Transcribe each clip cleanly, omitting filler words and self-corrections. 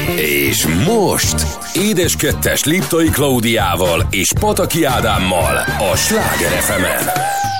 És most Édes-kettes Liptai Klaudiával és Pataki Ádámmal a Sláger FM-en.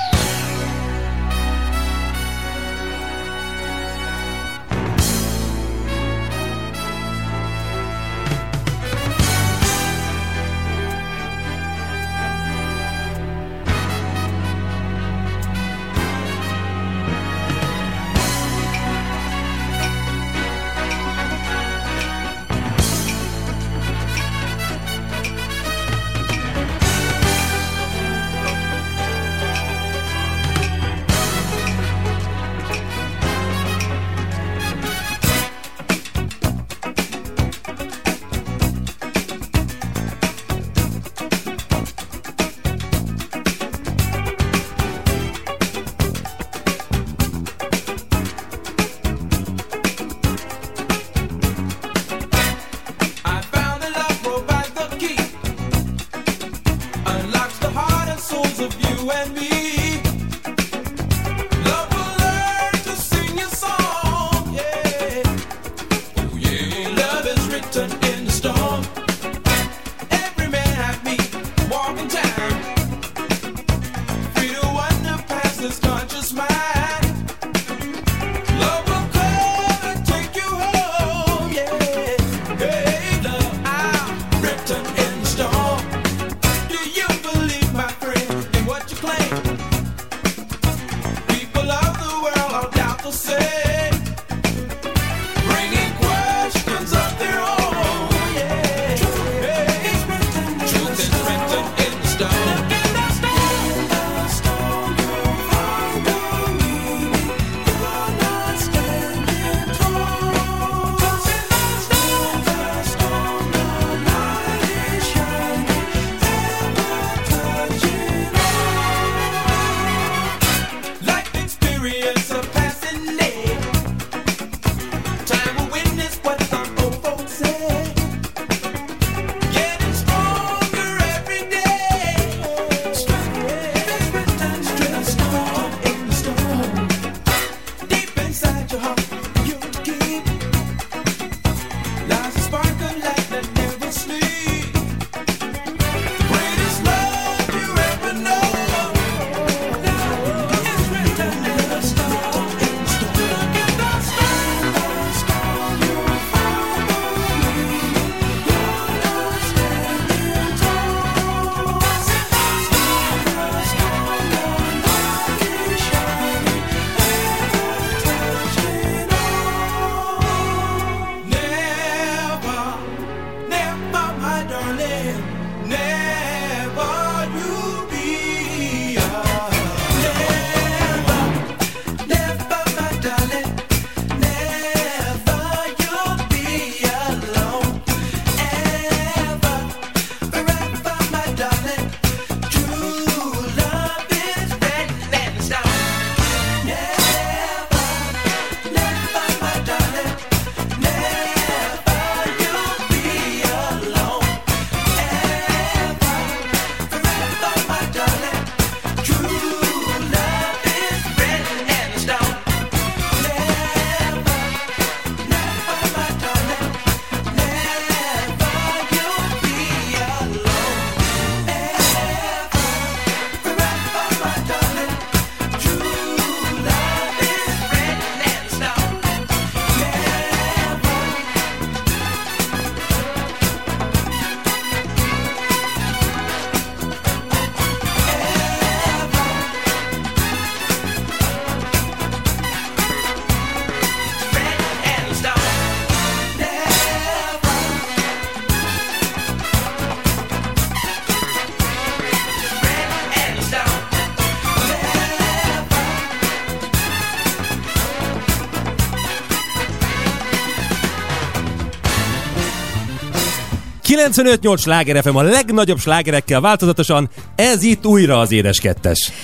...95-8 Sláger FM a legnagyobb slágerekkel változatosan, ez itt újra az Édes-kettes.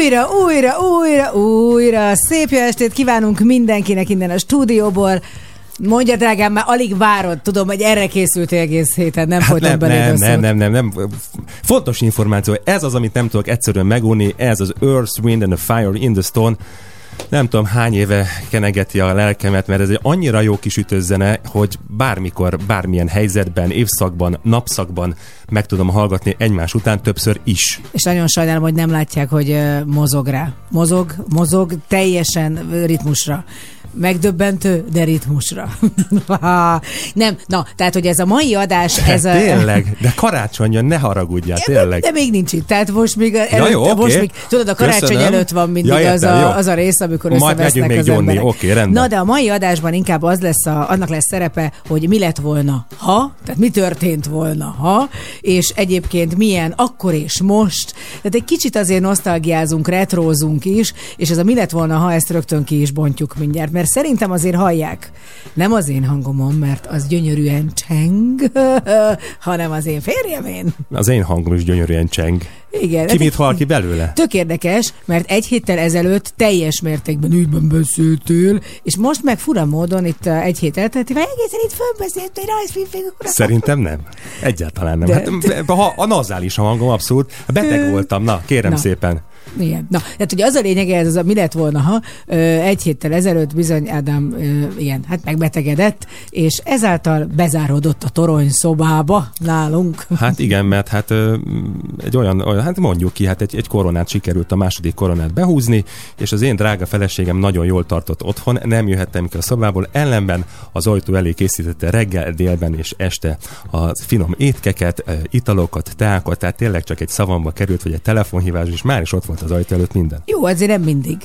Újra. Szép jó estét kívánunk mindenkinek innen a stúdióból. Mondja, drágám, már alig várod, tudom, hogy erre készültél egész héten, nem folytam beléd nem. Fontos információ, ez az, amit nem tudok egyszerűen megunni, ez az Earth, Wind and the Fire in the Stone. Nem tudom, hány éve kenegeti a lelkemet, mert ez egy annyira jó kis ütőzzene, hogy bármikor, bármilyen helyzetben, évszakban, napszakban meg tudom hallgatni egymás után többször is. És nagyon sajnálom, hogy nem látják, hogy mozog rá. Mozog teljesen ritmusra. Megdöbbentő, de ritmusra. Nem, na, tehát, hogy ez a mai adás, ez a... Tényleg, de karácsonyon ne haragudjál, tényleg. De még nincs itt, tehát most még, most még tudod, a karácsony előtt van mindig az a rész, amikor összevesznek az emberek. Oké, rendben. Na, de a mai adásban inkább az lesz annak lesz szerepe, hogy mi lett volna, ha, tehát mi történt volna, ha, és egyébként milyen akkor és most. Tehát egy kicsit azért nosztalgiázunk, retrózunk is, és ez a mi lett volna, ha, ezt rögtön ki is bontjuk mindjárt, mert szerintem azért hallják. Nem az én hangomon, mert az gyönyörűen cseng, hanem az én férjemén. Az én hangom is gyönyörűen cseng. Igen. Ki mit hall ki belőle? Tök érdekes, mert egy héttel ezelőtt teljes mértékben ügyben beszéltél, és most meg fura módon itt egy hét elteltével egészen itt fölbeszéltél rajzfilmfigurákat. Szerintem nem. Egyáltalán nem. A nazális a hangom abszolút. Beteg voltam. Na, kérem szépen. Igen. Na, tehát ugye az a lényege, ez mi lett volna, ha egy héttel ezelőtt bizony Ádám hát megbetegedett, és ezáltal bezáródott a torony szobába nálunk. Hát igen, mert hát egy olyan hát mondjuk ki, hát egy koronát sikerült, a második koronát behúzni, és az én drága feleségem nagyon jól tartott otthon, nem jöhettem ki a szobából, ellenben az ajtó elé készítette reggel, délben és este a finom étkeket, italokat, teákat, tehát tényleg csak egy szavamba került, vagy egy telefonhívás, és már is ott volt az ajtó előtt minden. Jó, azért nem mindig.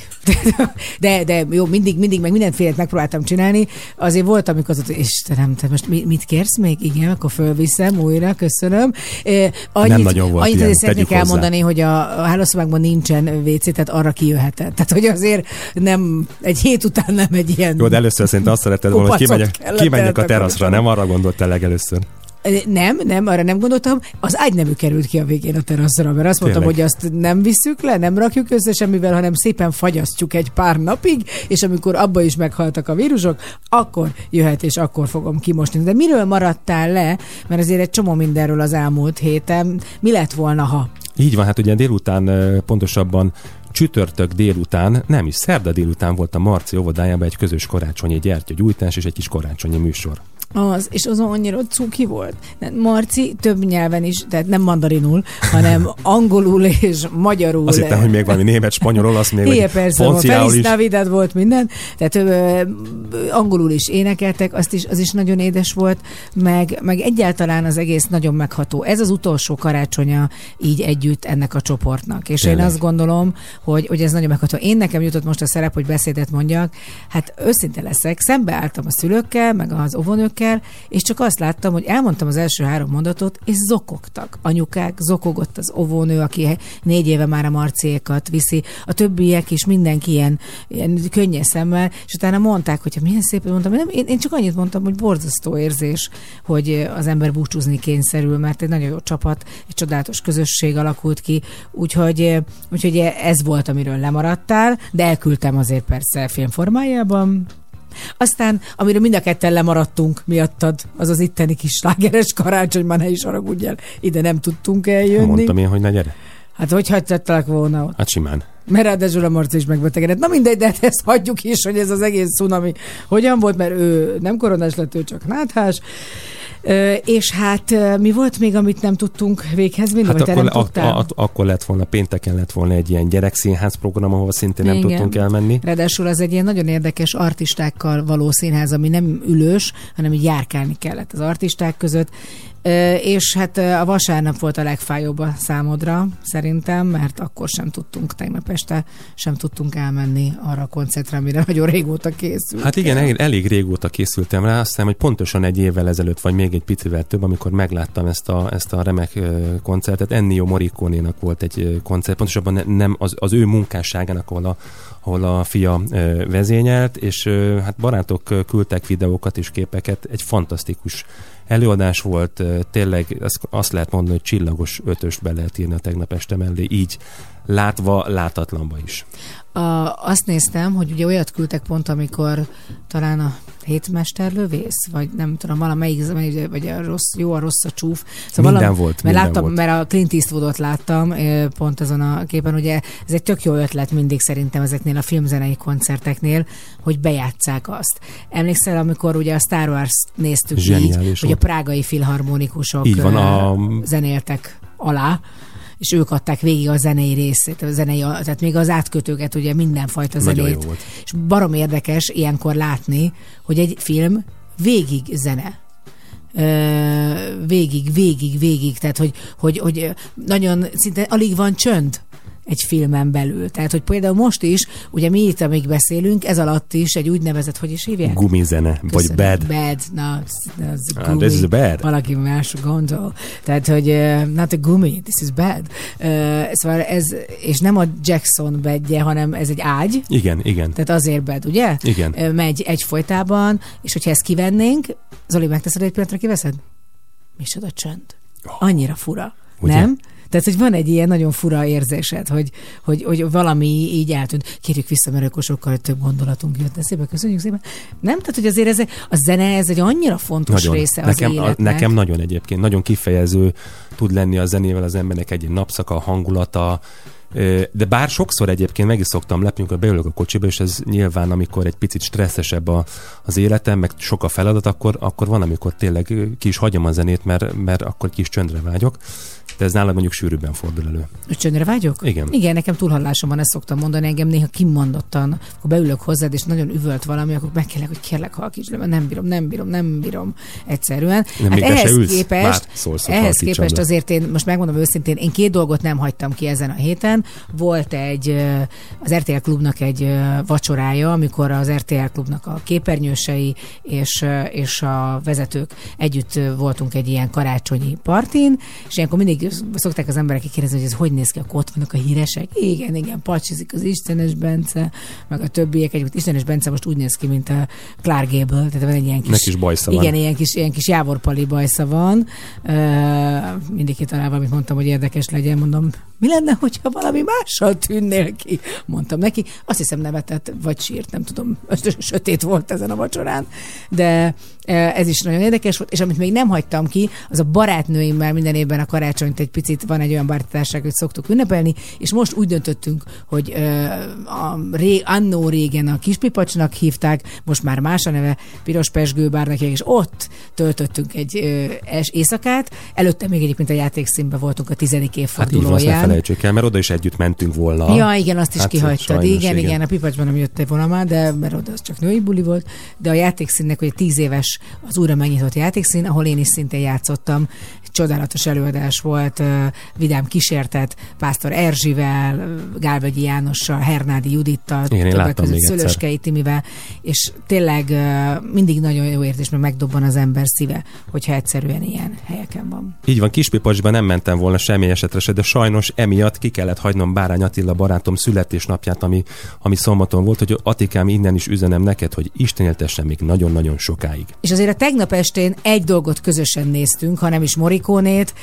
De jó, mindig, meg mindenfélét megpróbáltam csinálni. Azért volt, amikor az, Istenem, te most mit kérsz még? Igen, akkor fölviszem újra, köszönöm. Nem nagyon volt annyit ilyen, szeretnék elmondani, hogy a hálószobákban nincsen WC, tehát arra kijöhetett. Tehát, hogy azért nem, egy hét után nem egy ilyen... Jó, de először szerintem azt szeretted volna, hogy kimegyek a teraszra, nem arra gondoltál legelőször. Nem, arra nem gondoltam. Az ágynemű került ki a végén a teraszra, mert azt mondtam, hogy azt nem visszük le, nem rakjuk össze semmivel, hanem szépen fagyasztjuk egy pár napig, és amikor abba is meghaltak a vírusok, akkor jöhet, és akkor fogom kimosni. De miről maradtál le? Mert azért egy csomó mindenről az elmúlt héten. Mi lett volna, ha? Így van, hát ugye délután, pontosabban csütörtök délután, nem is, szerda délután volt a Marci óvodájában egy közös karácsonyi gyertyagyújtás és egy kis karácsonyi műsor. És azon annyira cuki volt. Marci több nyelven is, tehát nem mandarinul, hanem angolul és magyarul. Azt hittem, hogy még valami német, spanyol, olasz, még vagy franciául is. Navidad volt minden. Tehát angolul is énekeltek, az is nagyon édes volt, meg egyáltalán az egész nagyon megható. Ez az utolsó karácsonya így együtt ennek a csoportnak. És tényleg. Én azt gondolom, hogy ez nagyon megható. Én nekem jutott most a szerep, hogy beszédet mondjak. Hát őszinte leszek, szembeálltam a szülőkkel, meg az óvónőkkel, és csak azt láttam, hogy elmondtam az első 3 mondatot, és zokogtak. Anyukák, zokogott az óvónő, aki 4 éve már a Marciékat viszi, a többiek is mindenki ilyen könnyes szemmel, és utána mondták, hogy milyen szépen mondtam, én csak annyit mondtam, hogy borzasztó érzés, hogy az ember búcsúzni kényszerül, mert egy nagyon jó csapat, egy csodálatos közösség alakult ki, úgyhogy ez volt, amiről lemaradtál, de elküldtem azért persze filmformájában. Aztán, amiről mind a ketten lemaradtunk miattad, az az itteni kis slágeres karácsony, már ne is haragudj el, ide nem tudtunk eljönni. Mondtam én, hogy ne gyere. Hát hogy hagytattalak volna ott? Hát simán. Mert ráadásul a Marci is megbetegedett. Na mindegy, de ezt hagyjuk is, hogy ez az egész cunami hogyan volt, mert ő nem koronás lett, ő csak náthás. És hát mi volt még, amit nem tudtunk véghez vinni, vagy te nem tudtál? Akkor lett volna, pénteken lett volna egy ilyen gyerekszínház program, ahol szintén nem tudtunk elmenni. Ráadásul az egy ilyen nagyon érdekes artistákkal való színház, ami nem ülős, hanem így járkálni kellett az artisták között. És hát a vasárnap volt a legfájóbb a számodra, szerintem, mert akkor sem tudtunk, tegnap este sem tudtunk elmenni arra a koncertre, amire nagyon régóta készült. Hát igen, elég régóta készültem rá, azt hiszem, hogy pontosan egy évvel ezelőtt, vagy még egy picivel több, amikor megláttam ezt a remek koncertet. Ennio Morricone-nak volt egy koncert, pontosabban nem az ő munkásságának, ahol a fia vezényelt, és hát barátok küldtek videókat és képeket, egy fantasztikus előadás volt, tényleg azt lehet mondani, hogy csillagos 5-öst be lehet írni a tegnap este mellé, így látva, látatlanba is. Azt néztem, hogy ugye olyat küldtek pont, amikor talán a hétmesterlövész, vagy nem tudom, valamelyik, vagy a rossz, jó, a rossz a csúf. Szóval minden volt. Mert a Clint Eastwoodot láttam pont azon a képen, ugye ez egy tök jó ötlet mindig szerintem ezeknél ezeknél a filmzenei koncerteknél, hogy bejátsszák azt. Emlékszel, amikor ugye a Star Wars néztük így, hogy a prágai filharmonikusok zenéltek alá, és ők adták végig a zenei részét, tehát még az átkötőket, ugye mindenfajta zenét. És barom érdekes ilyenkor látni, hogy egy film végig zene. Végig, tehát hogy nagyon szinte alig van csönd egy filmen belül. Tehát, hogy például most is, ugye mi itt, amíg beszélünk, ez alatt is egy úgynevezett, hogy is hívják? Gumizene, vagy bad. Bad, az gumi. This is bad. Valaki más gondol. Tehát, hogy not a gumi, this is bad. Szóval ez, és nem a Jackson bedje, hanem ez egy ágy. Igen. Tehát azért bad, ugye? Igen. Megy egyfolytában, és hogyha ezt kivennénk, Zoli, megteszed egy pillanatra, kiveszed? Micsoda csönd. Annyira fura. Ugye? Nem? Tehát, hogy van egy ilyen nagyon fura érzésed, hogy valami így eltűnt. Kérjük vissza, mert akkor sokkal több gondolatunk jött. De szépen, köszönjük szépen. Nem? Tehát, hogy azért a zene, ez egy annyira fontos része az életnek. Nekem nagyon egyébként, nagyon kifejező tud lenni a zenével az embernek egy napszaka, hangulata, de bár sokszor egyébként meg is szoktam lepni, amikor beülök a kocsiba, és ez nyilván, amikor egy picit stresszesebb az életem, meg sok a feladat, akkor van, amikor tényleg ki is hagyom a zenét, mert akkor kis csöndre vágyok. De ez nálam mondjuk sűrűbben fordul elő. Csöndre vágyok? Igen, nekem túlhallásom van, ezt szoktam mondani, engem néha kimondottan, akkor beülök hozzád, és nagyon üvölt valami, akkor megkérlek, hogy kérlek, halkíts le, mert nem bírom egyszerűen. Hát ehhez képest azért én most megmondom őszintén, én 2 dolgot nem hagytam ki ezen a héten. Volt az RTL Klubnak egy vacsorája, amikor az RTL Klubnak a képernyősei és a vezetők együtt voltunk egy ilyen karácsonyi partin, és ilyenkor mindig szokták az emberek kérdezni, hogy ez hogy néz ki, akkor ott vannak a híresek. Igen, pacsizik az Istenes Bence, meg a többiek. Egyébként Istenes Bence most úgy néz ki, mint a Clark Gable, tehát van egy ilyen kis... bajsza van. Igen, ilyen kis Jávorpali bajsza van. Mindig kitalálva, amit mondtam, hogy érdekes legyen, mondom, mi lenne, hogyha valami mással tűnnél ki? Mondtam neki. Azt hiszem nevetett, vagy sírt, nem tudom, sötét volt ezen a vacsorán, de ez is nagyon érdekes volt, és amit még nem hagytam ki, az a barátnőimmel minden évben a karácsonyt egy picit, van egy olyan barátság, hogy szoktuk ünnepelni, és most úgy döntöttünk, hogy annó régen a Kispipacsnak hívták, most már más a neve, Piros Pezsgőbárnak, és ott töltöttünk egy éjszakát. Előtte még egyébként a játékszínben voltunk a 10. évfordulóján. Hát így van, ne felejtsük el, mert oda is együtt mentünk volna. Ja, igen, azt is kihagytad. Igen, a Pipacsban nem jöttél volna már, de mert oda az csak női buli volt, de a játékszínnek, hogy 10 éves az újra megnyitott játékszín, ahol én is szintén játszottam. Csodálatos előadás volt, vidám kísértet Pásztor Erzsivel, Gálvegyi Jánossal, Hernádi Judittal, többek között Szőlőskei Timivel, és tényleg mindig nagyon jó érzés, mert megdobban az ember szíve, hogyha egyszerűen ilyen helyeken van. Így van, Kispipacsban nem mentem volna semmi esetre se, de sajnos emiatt ki kellett hagynom Bárány Attila barátom születésnapját, ami szombaton volt, hogy Atikám, innen is üzenem neked, hogy Isten éltessen még nagyon-nagyon sokáig. És azért a tegnap estén egy dolgot közösen néztünk, ha nem is Morricone-t,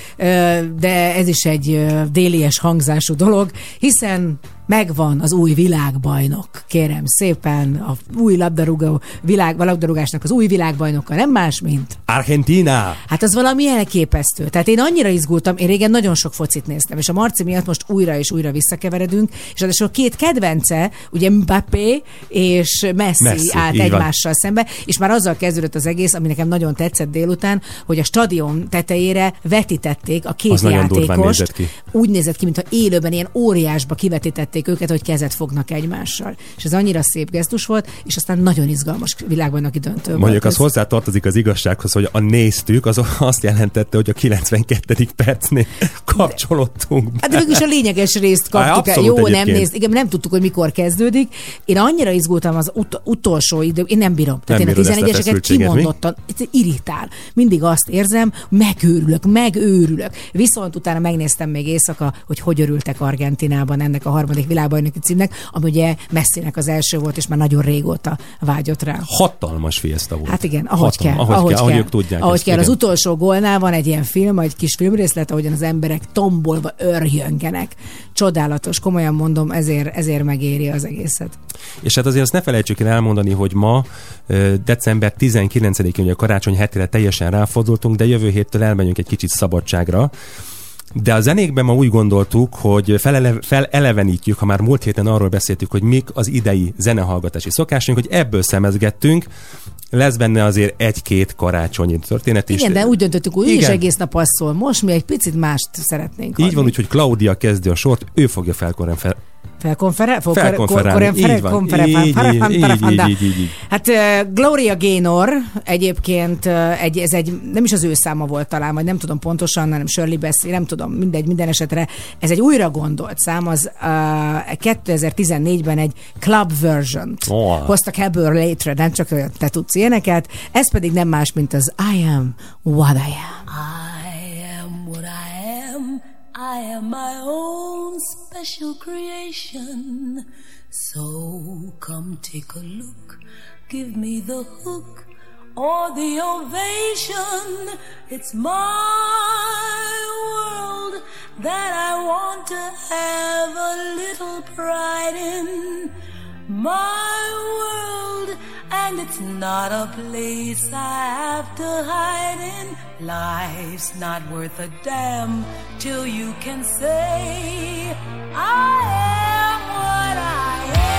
de ez is egy délies hangzású dolog, hiszen megvan az új világbajnok, kérem szépen, a új labdarúgásnak az új világbajnoka, nem más, mint Argentina! Hát az valami elképesztő. Tehát én annyira izgultam, én régen nagyon sok focit néztem, és a Marci miatt most újra és újra visszakeveredünk, és az a 2 kedvence, ugye Mbappé és Messi állt egymással szembe, és már azzal kezdődött az egész, ami nekem nagyon tetszett délután, hogy a stadion tetejére vetítették a 2 játékost. Úgy nézett ki, mintha élőben ilyen óriásba kivetítették őket, hogy kezet fognak egymással. És ez annyira szép gesztus volt, és aztán nagyon izgalmas világbajnoki döntő volt. Mondjuk az hozzátartozik az igazsághoz, hogy a néztük, az azt jelentette, hogy a 92. percnél kapcsolódtunk. Hát de mégis a lényeges részt kaptuk el. Jó, egyébként. Nem nézd, igen, nem tudtuk, hogy mikor kezdődik. Én annyira izgultam az utolsó idő, én nem bírom. Tehát én a 11-eseket kimondottan irritál. Mindig azt érzem, megőrülök. Viszont utána megnéztem még éjszaka, hogy örültek Argentinában ennek a harmadik világbajnoki címnek, ami ugye Messinek az első volt, és már nagyon régóta vágyott rá. Hatalmas fiesta volt. Hát igen, ahogy kell. Ők tudják. Ahogy kell. Az utolsó gólnál van egy ilyen film, egy kis filmrészlet, ahogyan az emberek tombolva örjöngenek. Csodálatos, komolyan mondom, ezért megéri az egészet. És hát azért azt ne felejtsük el elmondani, hogy ma december 19-én, ugye a karácsony hetére teljesen ráfordultunk, de jövő héttől elmegyünk egy kicsit szabadságra. De a zenékben ma úgy gondoltuk, hogy felelevenítjük, ha már múlt héten arról beszéltük, hogy mik az idei zenehallgatási szokásunk, hogy ebből szemezgettünk. Lesz benne azért egy-két karácsonyi történet is. Igen, de úgy döntöttük, hogy is egész nap az szól. Most mi egy picit mást szeretnénk adni. Így van, úgyhogy Claudia kezdi a sort, ő fogja felkonferálni. Hát Gloria Gaynor egyébként ez egy, nem is az ő száma volt talán, vagy nem tudom pontosan, hanem Shirley Bassey, nem tudom, mindegy, minden esetre ez egy újra gondolt szám, az 2014-ben egy club version-t hoztak ebből létre, nem csak te tudsz ilyeneket, ez pedig nem más, mint az I am what I am. I am what I am. I am my own special creation. So come take a look, give me the hook or the ovation. It's my world that I want to have a little pride in. My world, and it's not a place I have to hide in. Life's not worth a damn till you can say I am what I am.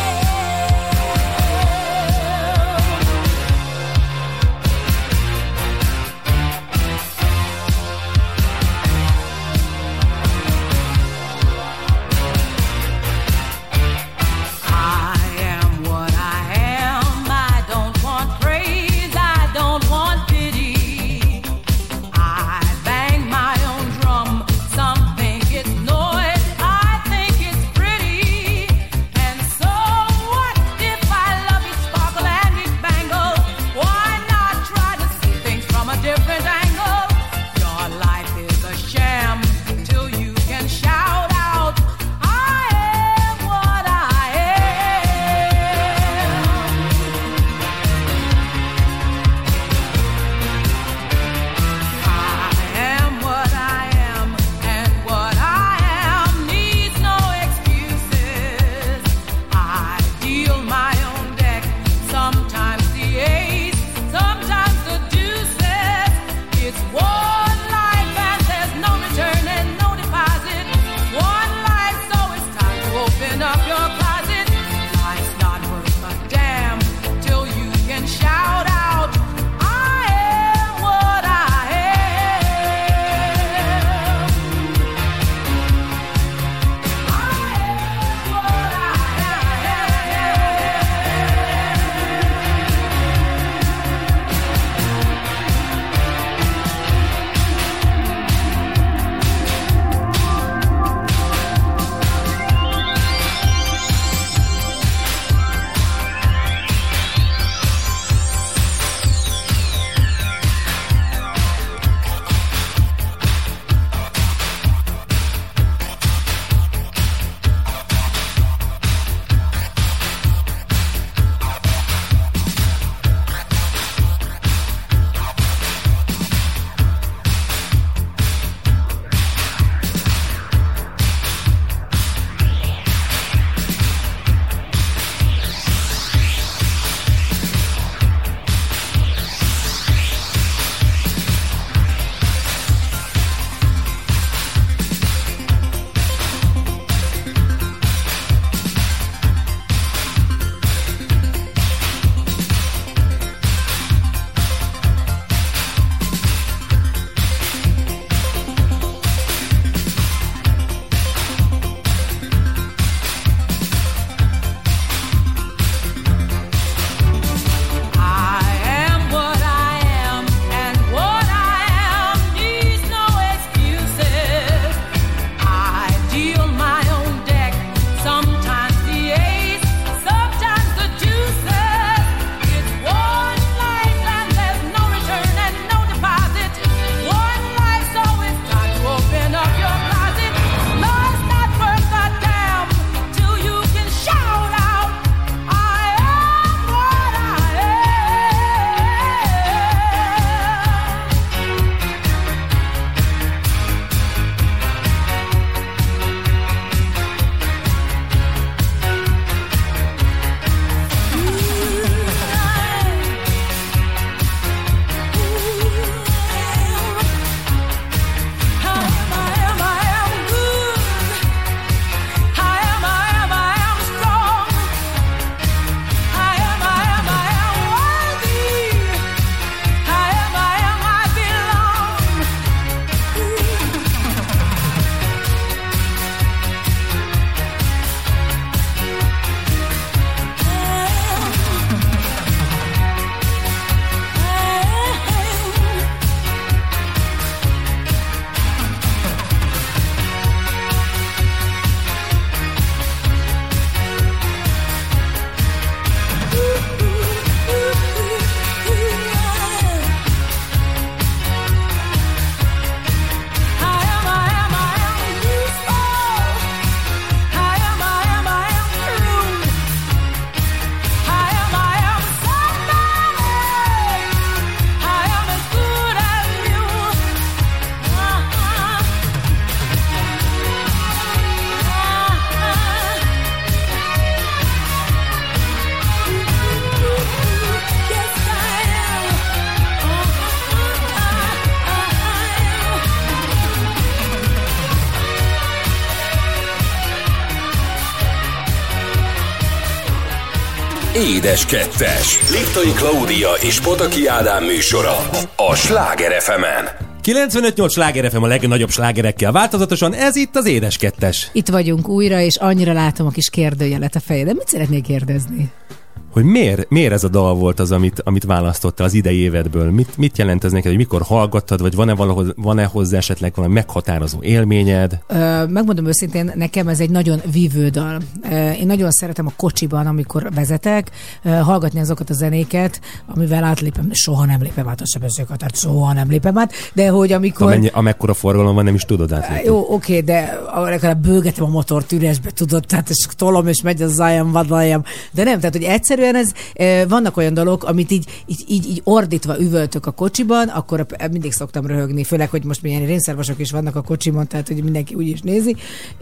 Édes Kettes. Liptai Klaudia és Pataki Ádám műsora a Sláger FM-en. 95.8 Sláger FM a legnagyobb slágerekkel változatosan, ez itt az Édes Kettes. Itt vagyunk újra, és annyira látom a kis kérdőjelet a fejeden. Mit szeretnék kérdezni? Hogy miért ez a dal volt az, amit választottál az idei évedből? Mit jelent ez neked, hogy mikor hallgattad, vagy van-e hozzá esetleg valami meghatározó élményed? Megmondom őszintén, nekem ez egy nagyon vívő dal. Én nagyon szeretem a kocsiban, amikor vezetek, hallgatni azokat a zenéket, amivel átlépem, soha nem lépem át a sebességhatárt, soha nem lépem át, de hogy amikor... Amekkora forgalom van, nem is tudod átlépni. Jó, oké, de legalább bőgetem a motort üresbe, tudod, tehát és tolom, és megy az zájam, vadajam. De nem, tehát hogy egyszerűen vannak olyan dolgok, amit így ordítva üvöltök a kocsiban, akkor mindig szoktam röhögni, főleg, hogy most milyen rénszervasok is vannak a kocsimon, tehát hogy mindenki úgy is nézi,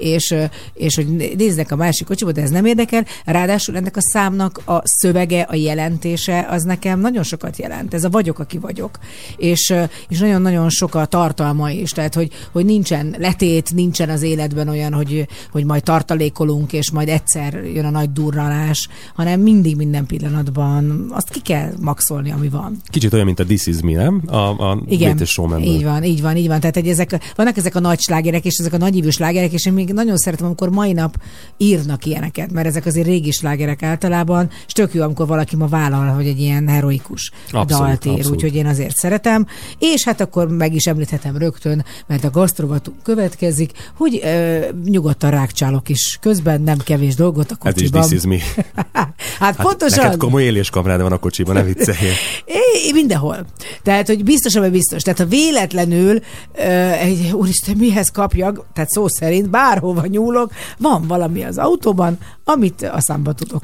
és hogy néznek a másik kocsiban, de ez nem érdekel. Ráadásul ennek a számnak a szövege, a jelentése, az nekem nagyon sokat jelent. Ez a vagyok, aki vagyok. És nagyon-nagyon sok a tartalma is, tehát hogy nincsen letét, nincsen az életben olyan, hogy majd tartalékolunk, és majd egyszer jön a nagy durralás, hanem mindig minden pillanatban azt ki kell maxolni, ami van. Kicsit olyan, mint a This Is Me, nem? A Greatest Showmanből. Így van. Tehát vannak ezek a nagy slágerek, és ezek a nagyívű slágerek, és én még nagyon szeretem, amikor mai nap írnak ilyeneket, mert ezek azért régi slágerek általában, és tök jó, amikor valaki ma vállal, hogy egy ilyen heroikus dalt ír, úgyhogy én azért szeretem. És hát akkor meg is említhetem rögtön, mert a gasztrovatunk következik, hogy nyugodtan rákcsálok is közben, nem kevés dolgot a kocsiban. Ez is This Is Me. Hát pontosan. Neked komoly éléskamrád van a kocsiban, ne vicceljél. Mindenhol. Tehát, hogy biztos. Tehát, ha véletlenül úristen, mihez kapjak, tehát szó szerint bárhova nyúlok, van valami az autóban, amit a számba tudok.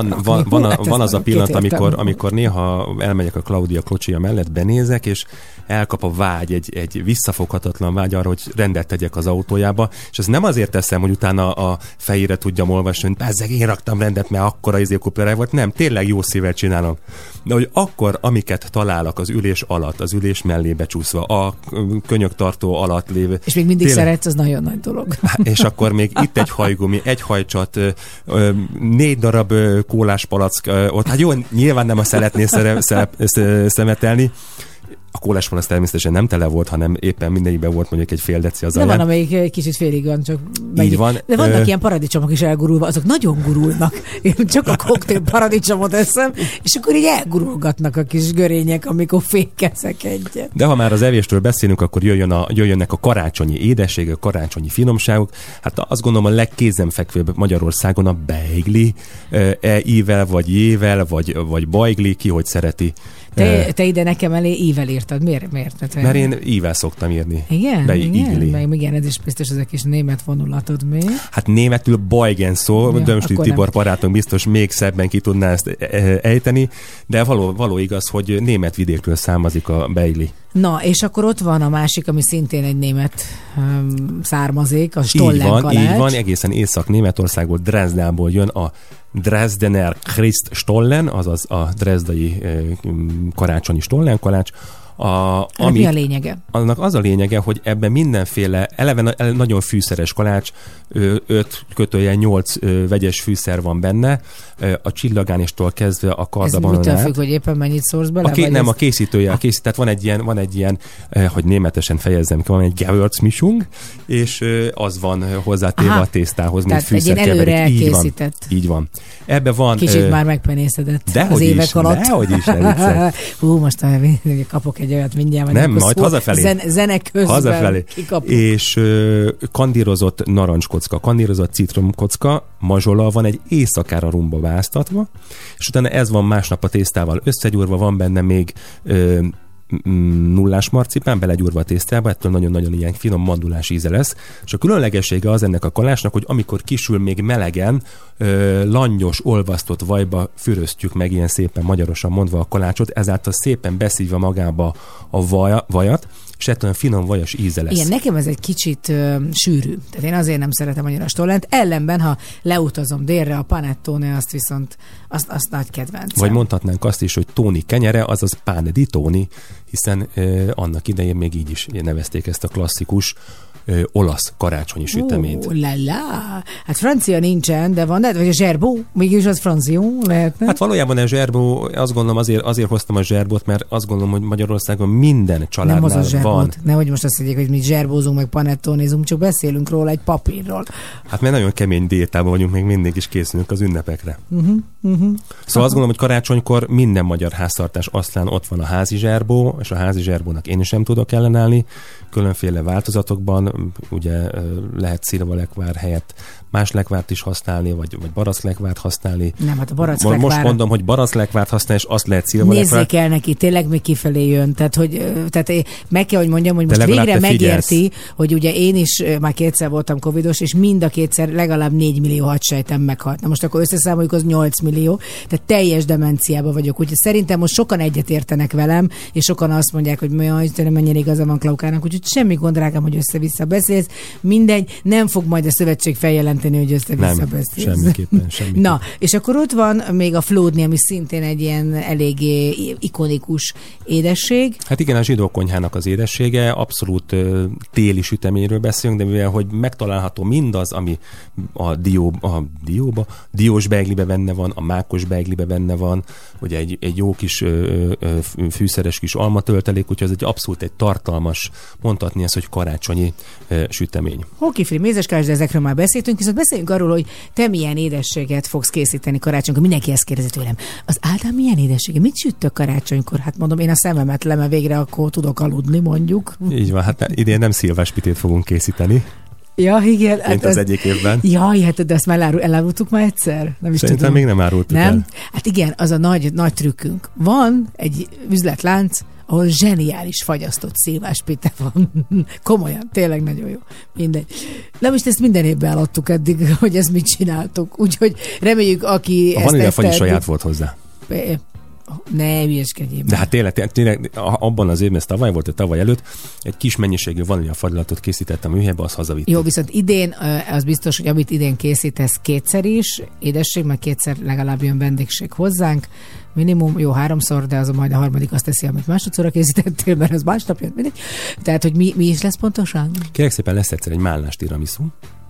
Van az a pillanat, amikor néha elmegyek a Klaudia kocsija mellett, benézek, és elkap a vágy, egy visszafoghatatlan vágy arra, hogy rendet tegyek az autójába, és ez nem azért teszem, hogy utána a fejére tudjam olvasni, hogy bezzeg, én raktam rendet, mert akkora izékupere volt, nem, tényleg jó szívvel csinálom. De hogy akkor, amiket találok az ülés alatt, az ülés mellé becsúszva, a könyöktartó alatt lévő... És még mindig szeretsz, az nagyon nagy dolog. És akkor még itt egy hajgumi, egy hajcsat, 4 darab kóláspalack, ott, hát jó, nyilván nem a szeletnél szemetelni. A kóláspalack természetesen nem tele volt, hanem éppen mindegyikben volt mondjuk egy fél deci az alján. De van, amelyik egy kicsit félig van, csak így van. De vannak ilyen paradicsomok is elgurulva, azok nagyon gurulnak. Én csak a koktél paradicsomot eszem, és akkor így elgurulgatnak a kis görények, amikor fékezek egyet. De ha már az evéstől beszélünk, akkor jöjjönnek a karácsonyi édességek, a karácsonyi finomságok. Hát azt gondolom a legkézenfekvőbb Magyarországon a beigli, ível, vagy jével, vagy bajgli, ki hogy szereti. Te ide nekem elé ível írtad. Miért? Mert én ível szoktam írni. Igen? Igen, ez is biztos ez a kis német vonulatod még. Hát németül bajgen szó, Dömstű Tibor barátunk biztos még szebben ki tudná ezt ejteni, de való igaz, hogy német vidékről származik a beigli. Na, és akkor ott van a másik, ami szintén egy német származék, a Stollen kalács. Így van, egészen Észak-Németországból, Dresdából jön a Dresdener Christstollen, azaz a drezdai karácsonyi Stollen kalács. Mi a lényege? Annak az a lényege, hogy ebben mindenféle, eleve nagyon fűszeres kalács, 5-8 vegyes fűszer van benne, a csillagánéstól kezdve a kardabanon át. Ez mitől függ, hogy éppen mennyit szórsz bele? A készítője, tehát van egy ilyen, hogy németesen fejezzem ki, van egy Gewürzmischung, és az van hozzátéve a tésztához, mint fűszerkeverék. Tehát egy elkészített. Így van. Ebbe van... Kicsit már megpenészedett az évek alatt. Dehogy is. Most kapok egy olyat mindjárt. Nem, majd hazafelé. Zene közben kikapok. És kandírozott narancskocka, kandírozott citromkocka, mazsola van egy éjszakára rumba váztatva, és utána ez van másnap a tésztával összegyúrva, van benne még nullás marcipán belegyúrva a tésztába, ettől nagyon-nagyon ilyen finom mandulás íze lesz. És a különlegessége az ennek a kalácsnak, hogy amikor kisül még melegen, langyos, olvasztott vajba füröztjük meg, ilyen szépen magyarosan mondva a kalácsot, ezáltal szépen beszívva magába a vajat, és ettől finom vajas íze lesz. Igen, nekem ez egy kicsit sűrű. Tehát én azért nem szeretem annyira a Stollent. Ellenben, ha leutazom délre, a panettone, azt viszont azt nagy kedvencem. Vagy mondhatnánk azt is, hogy Tóni kenyere, azaz pane di Tóni, hiszen annak idején még így is nevezték ezt a klasszikus olasz karácsonyi süteményt. Hát francia nincsen, de van, vagy a zserbó, mégis az francia lehetne. Hát valójában a zserbó, azt gondolom azért hoztam a zserbót, mert azt gondolom, hogy Magyarországon minden családnál nem az a van. Nehogy most azt mondják, hogy mi zserbózunk, meg panettonizunk, csak beszélünk róla egy papírról. Hát mert nagyon kemény diétában vagyunk, még mindig is készülünk az ünnepekre. Szóval azt gondolom, hogy karácsonykor minden magyar háztartás asztalán ott van a házi zserbó, és a házi zserbónak én is nem tudok ellenállni. Különféle változatokban, ugye lehet szilvalekvár helyett más lekvárt is használni, vagy baracklegvárt használni. Nem, hát a baracklegvár... Most mondom, hogy baracklegvárt használni, és azt lehet szilvalekvár. Nézzék el neki, tényleg még kifelé jön. Tehát meg kell, hogy mondjam, hogy most végre megérti, hogy ugye én is már 2-szer voltam covidos, és mind a 2-szer legalább 4 millió hadsejtem meghalt. Na most akkor összeszámoljuk, az 8 millió, tehát teljes demenciában vagyok. Úgyhogy szerintem most sokan egyet értenek velem, és sokan azt mondják, hogy mennyire igaza van Klaukának, úgyhogy semmi gond, drágám, hogy össze-vissza beszélsz. Mindegy, nem fog majd a szövetség feljelenteni, hogy össze-vissza beszélsz. Nem, semmiképpen. Na, és akkor ott van még a flódni, ami szintén egy ilyen eléggé ikonikus édesség. Hát igen, a zsidó konyhának az édessége, abszolút téli süteményről beszélünk, de mivel, hogy megtalálható mindaz, ami a diós beiglibe benne van, a mákos beiglibe benne van, ugye egy jó kis fűszeres kis almatöltelék, úgyhogy ez egy abszolút egy tartalmas, mondhatni ezt, hogy karácsonyi sütemény. Hókifli, mézeskás, de ezekről már beszéltünk, viszont beszéljünk arról, hogy te milyen édességet fogsz készíteni karácsonykor. Mindenki ezt kérdezi tőlem. Az Ádám milyen édessége? Mit sütök karácsonykor? Hát mondom, én a szememet leme végre, akkor tudok aludni, mondjuk. Így van, hát idén nem szilváspitét fogunk készíteni. Ja, igen. Mint az egyik évben. Jaj, hát de azt már elárultuk már egyszer? Nem is Szerintem tudom. még nem árultuk el. Hát igen, az a nagy trükkünk. Van egy üzletlánc, ahol zseniális fagyasztott szilváspite van. Komolyan, tényleg nagyon jó. Mindegy. Na most ezt minden évben eladtuk eddig, hogy ezt mit csináltuk. Úgyhogy reméljük, aki a vaníliafagy is saját volt hozzá. Ne, hülyeskedjél. De hát tényleg abban az évben, ez tavaly volt, vagy tavaly előtt, egy kis mennyiségű vaníliafagylatot készítettem a műhelybe, azt hazavittük. Jó, viszont idén, az biztos, hogy amit idén készítesz kétszer is, édesség, meg kétszer legalább jön vendégség hozzánk, minimum, jó, 3-szor, de az majd a harmadik azt teszi, amit másodszorra készítettél, mert az másnap jön, mindegy. Tehát, hogy mi is lesz pontosan? Kérlek szépen, lesz egyszer egy málnás tiramisu.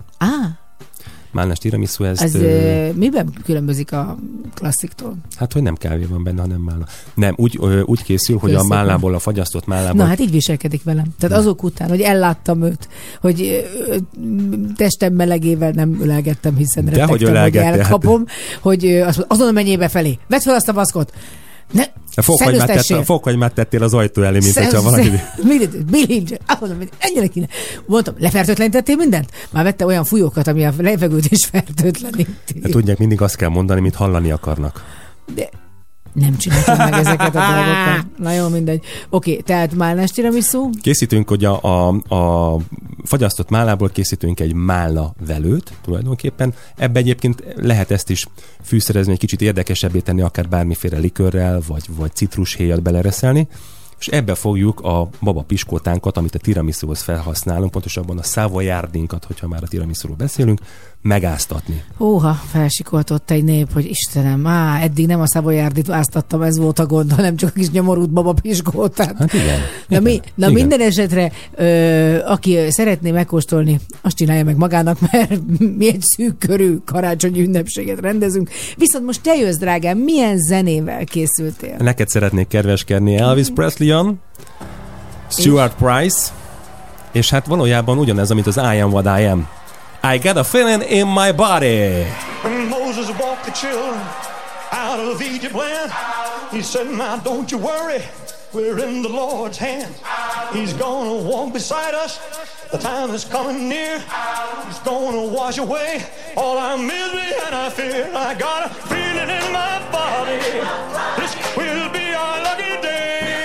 Málnás tiramisu, ezt... Ez miben különbözik a klassziktól? Hát, hogy nem kávé van benne, hanem málna. Nem, úgy készül, hogy a málnából, a fagyasztott málnából... Na, hát így viselkedik velem. Tehát azok után, hogy elláttam őt, hogy testem melegével nem ölelgettem, hiszen rettegtem, hogy elkapom, hogy azon a menjébe felé. Vedd fel azt a maszkot! Ne, fokhagymát tettél az ajtó elé, mint hogyha valaki... Bilincs, ennyire kéne. Mondtam, lefertőtlenítettél mindent? Már vette olyan fújókat, ami a levegőt is fertőtleníti. De tudják, mindig azt kell mondani, mint hallani akarnak. De nem csináltam meg ezeket a dolgokat. Na jó, mindegy. Oké, tehát málnás tiramisu. Készítünk, hogy a fagyasztott málnából készítünk egy málna velőt tulajdonképpen. Ebbe egyébként lehet ezt is fűszerezni, egy kicsit érdekesebbé tenni, akár bármiféle likörrel, vagy citrushéjat belereszelni. És ebbe fogjuk a baba piskótánkat, amit a tiramisuhoz felhasználunk, pontosabban a savoyardinkat, hogyha már a tiramisuról beszélünk, megáztatni. Hóha, felsikoltott egy nép, hogy Istenem, eddig nem a savoyardit áztattam, ez volt a gond, hanem csak a kis nyomorult baba piskótát. Hát igen. Igen. Minden esetre, aki szeretné megkóstolni, azt csinálja meg magának, mert mi egy szűk körű karácsonyi ünnepséget rendezünk. Viszont most te jössz, drágám, milyen zenével készültél? Neked szeretnék kedveskedni. Elvis Presley-on, Stuart Price, és hát valójában ugyanez, amit az I Am What I Am. I got a feeling in my body. When Moses walked the children out of Egypt land, he said, now don't you worry, we're in the Lord's hand. He's gonna walk beside us, the time is coming near. He's gonna wash away all our misery and our fear. I got a feeling in my body, this will be our lucky day.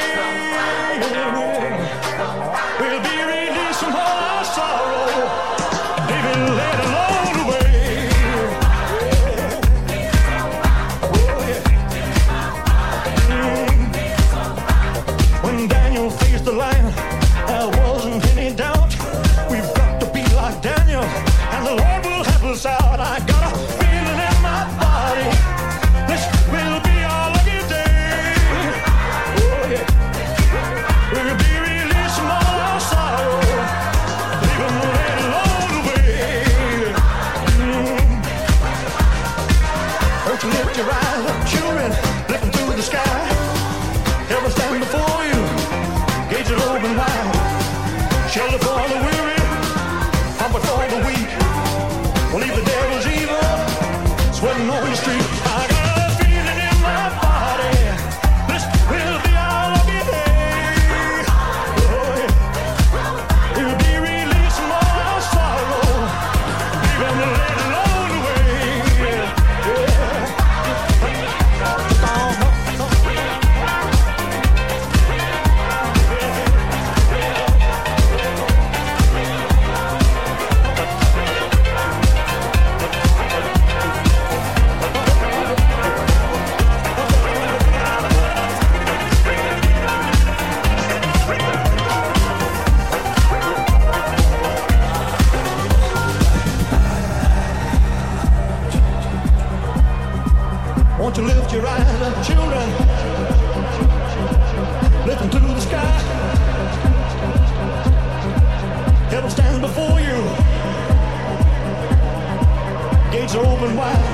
We'll be released from all our sorrow. Let alone away. When Daniel faced the lion, there wasn't any doubt. We've got to be like Daniel, and the Lord will help us out. I got a feeling in my body, this will be our lucky day. Oh, yeah. We'll be open wide. Shelter for the weary, comfort for the weak. We'll leave the devil's evil sweating on the street. I got a feeling in my body, this will be our lucky day. Oh, yeah. It'll be released from all our sorrow, even the let alone away. Won't you lift your eyes up, children? Lift them to the sky. Heaven stands before you. Gates are open wide.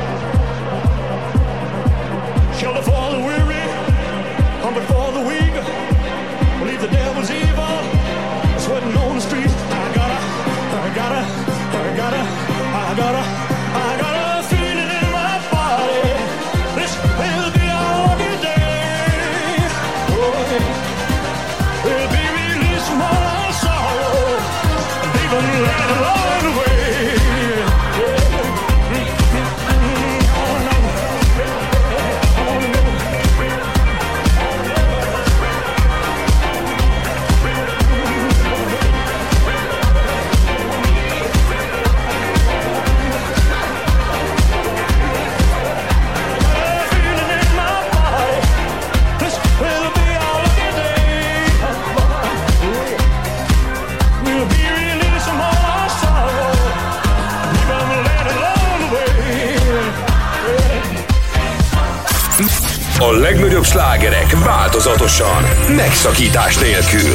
Shelter for the weary, comfort for the weak. Leave the devil's evil sweating on the street. I got a feeling in my body. This will be our lucky day. Oh, yeah. We'll be released from all our sorrow, even let alone away. A legnagyobb slágerek változatosan, megszakítás nélkül.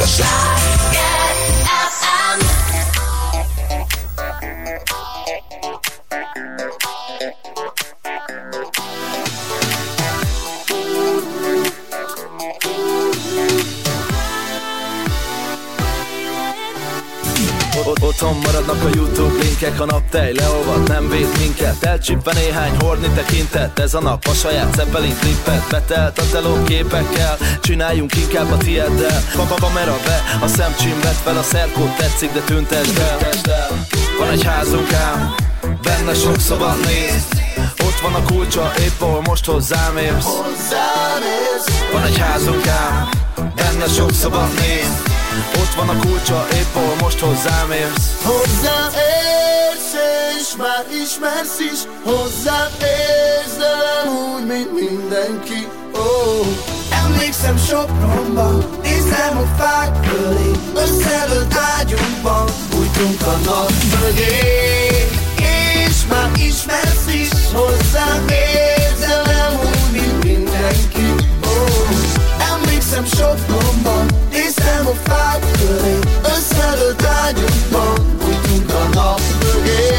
Otthon maradnak a YouTube linkek, a naptej leolvad, nem véd minket. Elcsípve néhány horni tekintet, ez a nap a saját Zeppelin klippet. Betelt a teló képekkel, csináljunk inkább a tieddel. Kamera be, a szemcsim vett fel, a szerkót tetszik, de tüntesd el. Van egy házunk ám, benne sok szoba néz. Ott van a kulcsa, épp ahol most hozzám érsz. Van egy házunk ám, benne sok szoba néz. Ott van a kulcsa, épp ahol most hozzám érsz. Hozzám érsz, és már ismersz is. Hozzám érsz, de nem úgy, mint mindenki. Oh. Emlékszem Sopronba, nézem a fák köré. Összedőlt ágyunkban, bújtunk a nap mögé. És már ismersz is. Hozzám érsz, de nem úgy, mint mindenki. Oh. Emlékszem Sopronba, néztem a fák köré. Összedőlt ágyunkban, bújtunk a nap mögé.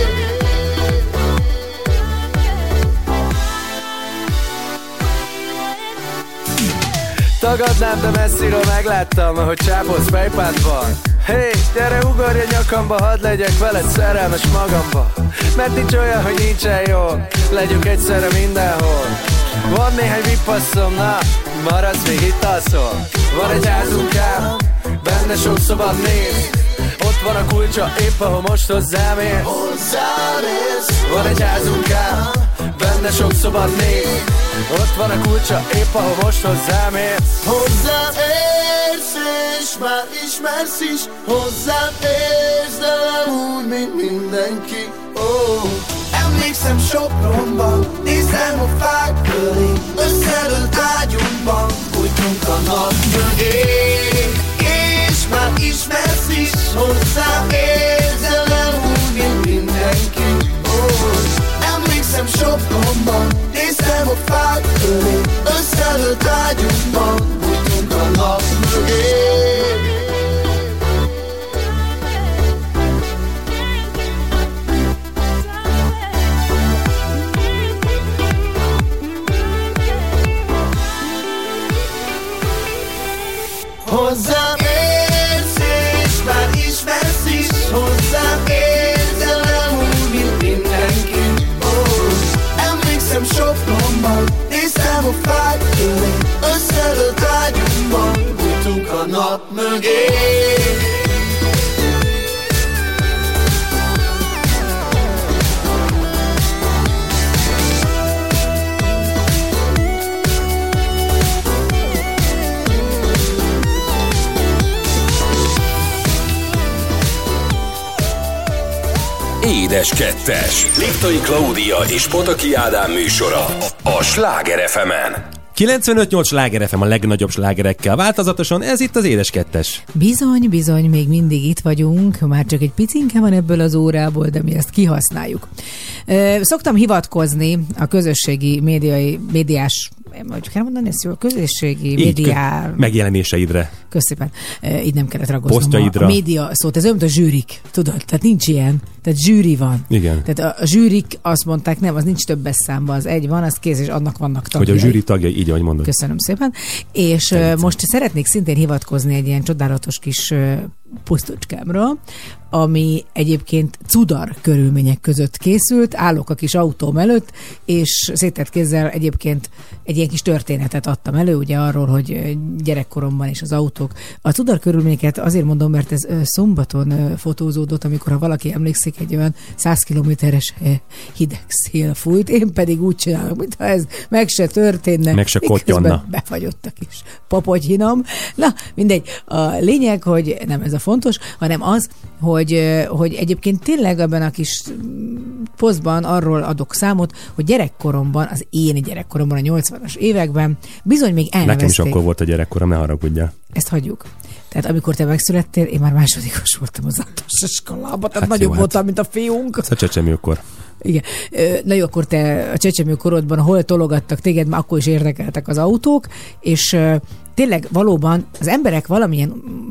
Tagadnám, de messziről megláttam, ahogy csápolsz fejpádban. Hey, gyere ugorj a nyakamba, hadd legyek veled szerelmes magamba. Mert nincs olyan, hogy nincsen jól, legyünk egyszerre mindenhol. Van néhány vipasszom, na, maradsz még itt alszol. Van egy házunk ám, benne sok szoba néz. Ott van a kulcsa, épp ahol most hozzám érsz. Hozzám érsz. Van egy házunk ám, benne sok szoba néz. Ott van a kulcsa, épp ahol most hozzám érsz. Hozzám érsz, és már ismersz is. Hozzám érsz, de nem úgy, mint mindenki. Oh. Emlékszem Sopronba, nézem a fák köré. Összedőlt ágyunkban, bújtunk a nap mögé. És már ismersz is. Hozzám érsz, de nem úgy, mint mindenki. Oh. Emlékszem Sopronban, néztem a fák köré. Összedőlt ágyunkban, bújtunk a nap mögé. Hozzám again. Édes Kettes. Liptai Klaudia és Pataki Ádám műsora a Sláger FM-en. 95-8 Sláger FM a legnagyobb slágerekkel változatosan, ez itt az Édes Kettes. Bizony, bizony, még mindig itt vagyunk, már csak egy picinke van ebből az órából, de mi ezt kihasználjuk. Szoktam hivatkozni a közösségi médiás, vagy kell mondani ezt jól, közösségi médiá... megjelenéseidre. Köszönöm. Így nem kellett ragozznom posztjaidra. A média szót. Ez olyan, mint a zsűrik, tudod? Tehát nincs ilyen. Tehát zsűri van. Igen. Tehát a zsűrik azt mondták, nem, az nincs többes számban, az egy van, az kész, és annak vannak tagjai. Hogy a zsűri tagjai, így ahogy mondod. Köszönöm szépen. És most szeretnék szintén hivatkozni egy ilyen csodálatos kis pusztocskámra, ami egyébként cudar körülmények között készült, állok a kis autóm előtt, és széttett kézzel egyébként egy ilyen kis történetet adtam elő, ugye arról, hogy gyerekkoromban és az autók. A cudar körülményeket azért mondom, mert ez szombaton fotózódott, amikor, ha valaki emlékszik, egy olyan 100 kilométeres hideg szél fújt, én pedig úgy csinálok, mintha ez meg se történne. Meg se kottyanna. Befagyott a kis papogyhinom. Na, mindegy. A lényeg, hogy nem ez a fontos, hanem az, hogy egyébként tényleg ebben a kis posztban arról adok számot, hogy gyerekkoromban, az én gyerekkoromban, a 80-as években bizony még elnevezték. Nekem is akkor volt a gyerekkorom, ne haragudjál. Ezt hagyjuk. Tehát amikor te megszülettél, én már másodikos voltam az általános iskolában, tehát nagyobb voltam, mint a fiunk. Ez a csecsemőkor. Igen. Na jó, akkor te a csecsemő korodban hol tologattak téged, már akkor is érdekeltek az autók, és tényleg valóban az emberek valami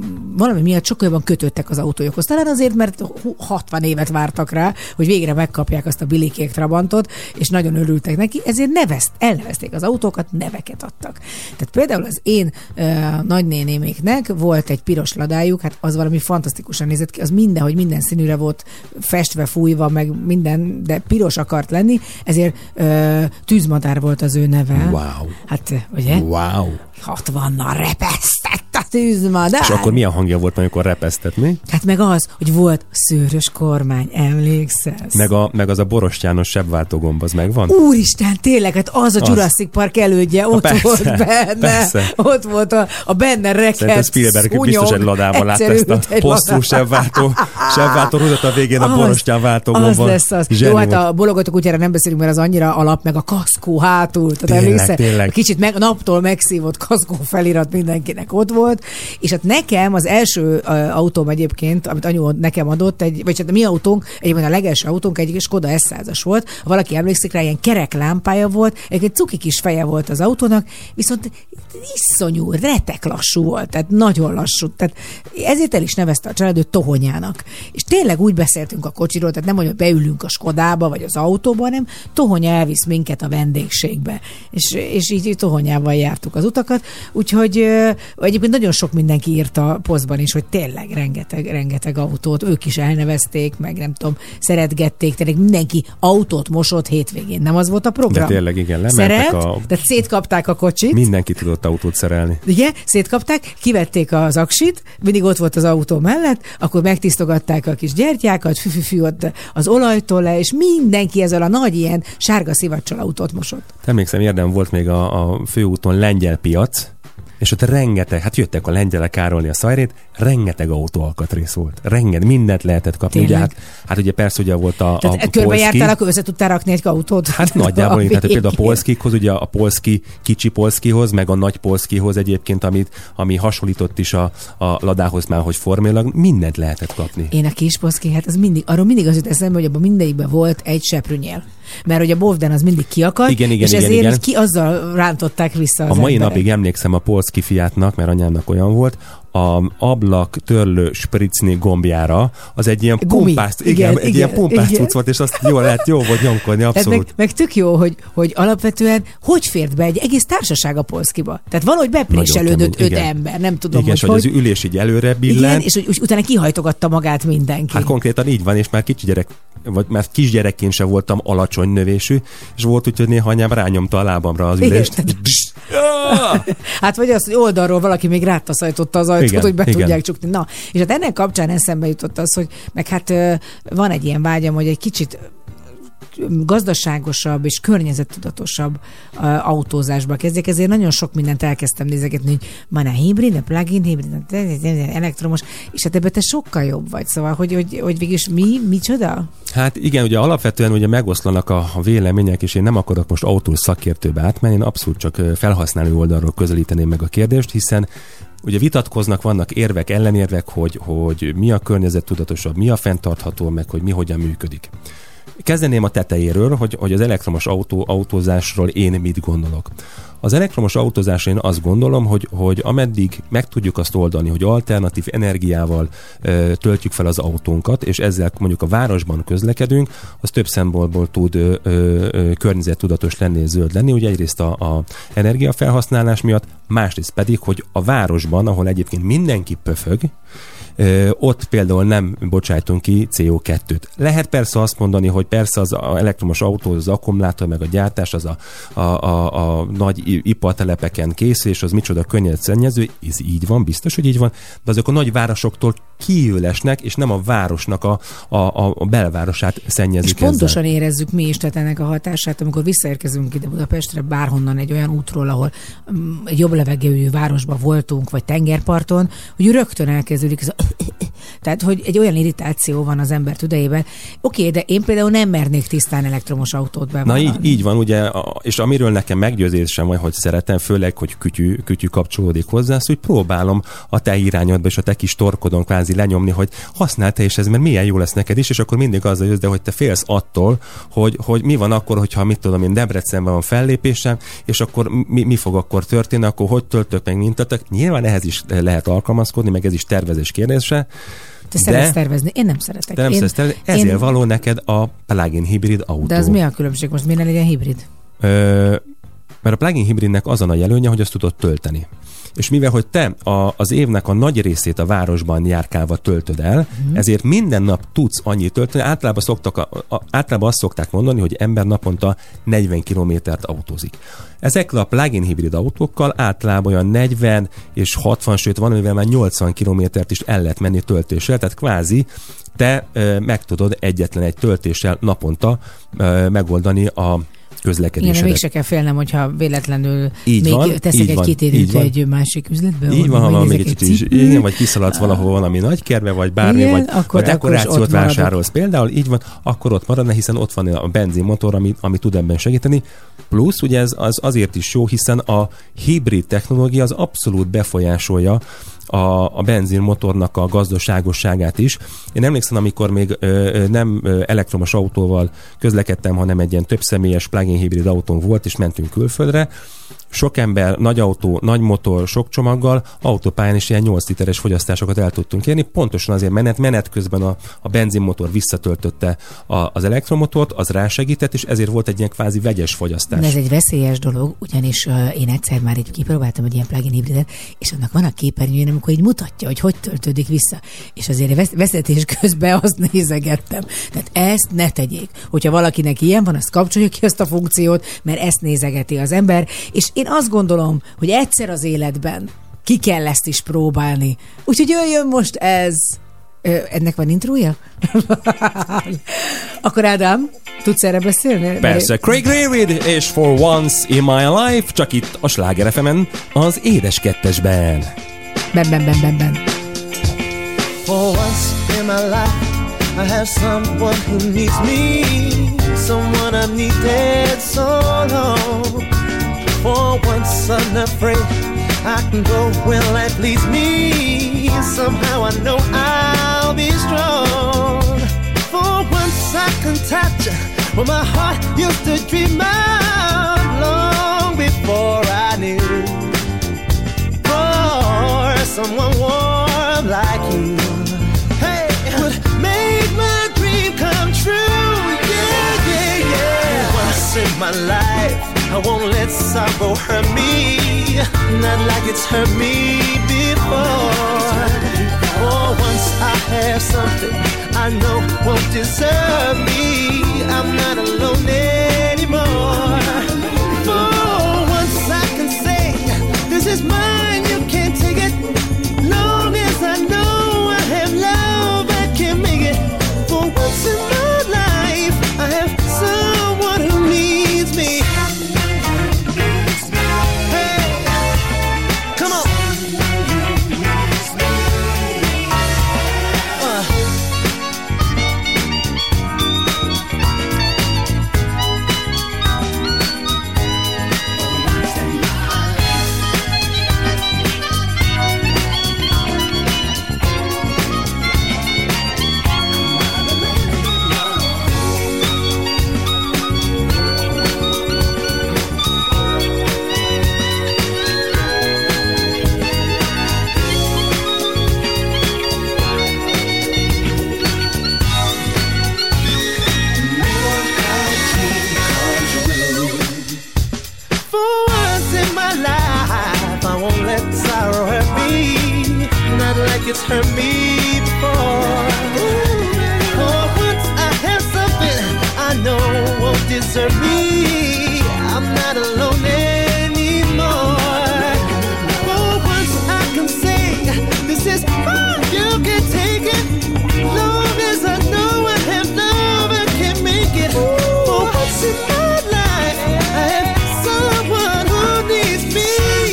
miatt sokkal jobban kötődtek az autójukhoz. Talán azért, mert 60 évet vártak rá, hogy végre megkapják azt a Billy Kék Trabantot, és nagyon örültek neki, ezért elnevezték az autókat, neveket adtak. Tehát például az én nagynénéméknek volt egy piros ladájuk, hát az valami fantasztikusan nézett ki, az minden színűre volt festve, fújva, meg minden, de piros akart lenni, ezért Tűzmadár volt az ő neve. Wow. Hát, ugye? Wow. 60-nal repesztett a Tűzmadár. És akkor milyen hangja volt, amikor repesztett, mi? Hát meg az, hogy volt szőrös kormány, emlékszel? Meg az a Borostyános sebváltógomb, az megvan? Úristen, tényleg, hát az a Jurassic Park elődje, ott persze, volt benne. Persze. Ott volt a benne rekedt szerintem Spielberg biztos egy ladával látta ezt a hosszú sebváltó rudat a végén a Borostyán váltógombbal. Az lesz az. Zseni. Jó, hát a bologató kutyára nem beszélünk, mert az annyira alap, meg a kaszkó hátul. Tényleg. Kicsit naptól megszívott kaszkó felirat mindenkinek ott volt, és hát nekem az első autóm egyébként, amit anyu nekem adott, vagy hát a mi autónk, egyébként a legelső autónk egy Skoda S100-as volt, ha valaki emlékszik rá, ilyen kerek lámpája volt, egy cuki kis feje volt az autónak, viszont iszonyú, retek lassú volt, tehát nagyon lassú, tehát ezért el is nevezte a család őt Tohonyának. És tényleg úgy beszéltünk a kocsiról, tehát nem, hogy beülünk a Skodába, vagy az autóba, hanem Tohonya elvisz minket a vendégségbe. És így Tohonyával jártuk az utakat, úgyhogy egyébként nagyon sok mindenki írt a posztban is, hogy tényleg rengeteg autót, ők is elnevezték, meg nem tudom, szeretgették, tényleg mindenki autót mosott hétvégén. Nem az volt a program? De tényleg igen, lementek tehát szétkapták a kocsit. Mindenki tudott autót szerelni. Igen, szétkapták, kivették az aksit, mindig ott volt az autó mellett, akkor megtisztogatták a kis gyertyákat, fű ott az olajtól le, és mindenki ezzel a nagy ilyen sárga szivacsal autót mosott. Emlékszem, érdem volt még a főúton lengyel piac, és ott rengeteg, hát jöttek a lengyelek károlni a szajrét, rengeteg autóalkatrész volt. Mindent lehetett kapni. Ugye, hát ugye persze ugye volt a körbe jártál, akkor össze tudtál rakni egy autót? Hát nagyjából, tehát például a polszkikhoz, ugye a polszki, kicsi polszkihoz, meg a nagy polszkihoz egyébként, ami hasonlított is a ladához már, hogy formailag mindent lehetett kapni. Én a kis polszki, hát az arról mindig az jut eszembe, hogy abban mindegyikben volt egy seprűnyél. Mert hogy a Bovden az mindig kiakadt, és ezért ki azzal rántották vissza az mai emberek. napig emlékszem a polszki fiátnak, mert anyámnak olyan volt, a ablak törlő spricni gombjára, az egy ilyen pumpász, ilyen pumpász cucc volt, és azt jó volt nyomkodni, abszolút. Meg tök jó, hogy alapvetően hogy fért be egy egész társaság a polszkiba. Tehát valahogy bepréselődött 5 ember, nem tudom, igen, hogy az ülés így előre billent. Igen, és hogy utána kihajtogatta magát mindenki. Hát konkrétan így van, és már már kisgyerekként sem voltam alacsony növésű, és volt úgy, hogy néha anyám rányomta a lábamra az ülést. Hát vagy az, hogy oldalról valaki még rátaszajtotta az ajtót, autót, hogy be tudják csukni. Na, és hát ennek kapcsán eszembe jutott az, hogy meg hát van egy ilyen vágyam, hogy egy kicsit gazdaságosabb és környezettudatosabb autózásba kezdjek, ezért nagyon sok mindent elkezdtem nézegetni, hogy van a hibrid, a plug-in hibrid, elektromos, és hát ebben te sokkal jobb vagy, szóval, hogy végülis micsoda? Hát igen, ugye alapvetően ugye megoszlanak a vélemények, és én nem akarok most autós szakértőbe átmenni, én abszolút csak felhasználó oldalról közelíteném meg a kérdést, hiszen ugye vitatkoznak, vannak érvek, ellenérvek, hogy mi a környezettudatosabb, mi a fenntartható, meg hogy mi hogyan működik. Kezdeném a tetejéről, hogy az elektromos autózásról én mit gondolok. Az elektromos autózásra én azt gondolom, hogy ameddig meg tudjuk azt oldani, hogy alternatív energiával töltjük fel az autónkat, és ezzel mondjuk a városban közlekedünk, az több szempontból tud környezettudatos lenni és zöld lenni. Ugye egyrészt a energiafelhasználás miatt, másrészt pedig, hogy a városban, ahol egyébként mindenki pöfög, ott például nem bocsájtunk ki CO2-t. Lehet persze azt mondani, hogy persze az elektromos autó, az akkumulátor, meg a gyártás, az a nagy ipartelepeken készül, és az micsoda környezetszennyező, ez így van, biztos, hogy így van, de azok a nagy városoktól kiülesnek, és nem a városnak a belvárosát szennyezik. És pontosan érezzük mi is, tehát ennek a hatását, amikor visszaérkezünk ide Budapestre, bárhonnan egy olyan útról, ahol egy jobb levegőjű városban voltunk, vagy tengerparton, hogy rögtön elkezdődik ez tehát, hogy egy olyan irritáció van az ember tüdejében. Oké, de én például nem mernék tisztán elektromos autót bevállalni. Na így van, ugye, és amiről nekem meggyőzésem van, hogy szeretem, főleg, hogy kütyű kapcsolódik hozzá, azt úgy próbálom a te irányodba és a te kis torkodon kvázi lenyomni, hogy használd te is ez, mert milyen jó lesz neked is, és akkor mindig azzal jössz, de hogy te félsz attól, hogy mi van akkor, hogyha mit tudom én, Debrecenben van fellépésem, és akkor mi fog akkor történni, akkor hogy töltök meg mintatok. Nyilván ehhez is lehet alkalmazkodni, meg ez is tervezés kérdése. Te szeretsz tervezni, én nem szeretek. Te nem szeretsz tervezni, ezért való neked a plug-in hibrid autó. De az mi a különbség most? Miért ne legyen hibrid? Mert a plug-in hibridnek az a nagy előnye, hogy azt tudod tölteni. És mivel, hogy te az évnek a nagy részét a városban járkálva töltöd el, ezért minden nap tudsz annyit tölteni. Általában azt szokták mondani, hogy ember naponta 40 kilométert autózik. Ezekkel a plug-in hibrid autókkal általában olyan 40 és 60, sőt van, amivel már 80 kilométert is el lehet menni töltéssel, tehát kvázi te meg tudod egyetlen egy töltéssel naponta megoldani a közlekedésedet. Igen, mégse kell félnem, hogyha véletlenül teszek egy kitérőt egy másik üzletbe. Így van, ha van még egy kicsit, igen, vagy kiszaladsz valahol valami nagy kerbe, vagy bármi, igen, vagy dekorációt vásárolsz például, így van, akkor ott maradna, hiszen ott van a benzinmotor, ami tud ebben segíteni. Plusz, ugye ez azért is jó, hiszen a hibrid technológia az abszolút befolyásolja a benzinmotornak a gazdaságosságát is. Én emlékszem, amikor még nem elektromos autóval közlekedtem, hanem egy ilyen többszemélyes plug-in hibrid autón volt, és mentünk külföldre. Sok ember, nagy autó, nagy motor, sok csomaggal, autópályán is ilyen 8 literes fogyasztásokat el tudtunk érni. Pontosan azért menet közben a benzinmotor visszatöltötte az elektromotort, az rásegített, és ezért volt egy ilyen kvázi vegyes fogyasztás. De ez egy veszélyes dolog, ugyanis én egyszer már így kipróbáltam egy ilyen plug-in hibridet, és annak van a képernyőjén, amikor így mutatja, hogy töltődik vissza. És azért vezetés közben azt nézegettem. Tehát ezt ne tegyék. Hogyha valakinek ilyen van, azt kapcsolja ki azt a funkciót, mert ezt nézegeti az ember, és én azt gondolom, hogy egyszer az életben ki kell ezt is próbálni. Úgyhogy jöjjön most ez. Ennek van intrója? Akkor Ádám, tudsz erre beszélni? Persze, Craig David és For Once in My Life, csak itt a Sláger FM-en, az Édes Kettesben. Ben. For once in my life I have someone who needs me, someone I've needed so long. For once unafraid, I can go where life leads me. Somehow I know I'll be strong. For once I can touch what my heart used to dream of long before I knew. For someone warm like you, hey, would make my dream come true. Yeah. Once in my life, I won't let sorrow hurt me, not like it's hurt me before. For once I have something I know won't deserve me, I'm not alone anymore. For once I can say, this is mine, you can't take it, no. hurt me before. Oh, once I have something I know won't desert me, I'm not alone anymore. Oh, once I can say this is all you can take it, long as I know I have love, I can make it. For once in my life, I have someone who needs me.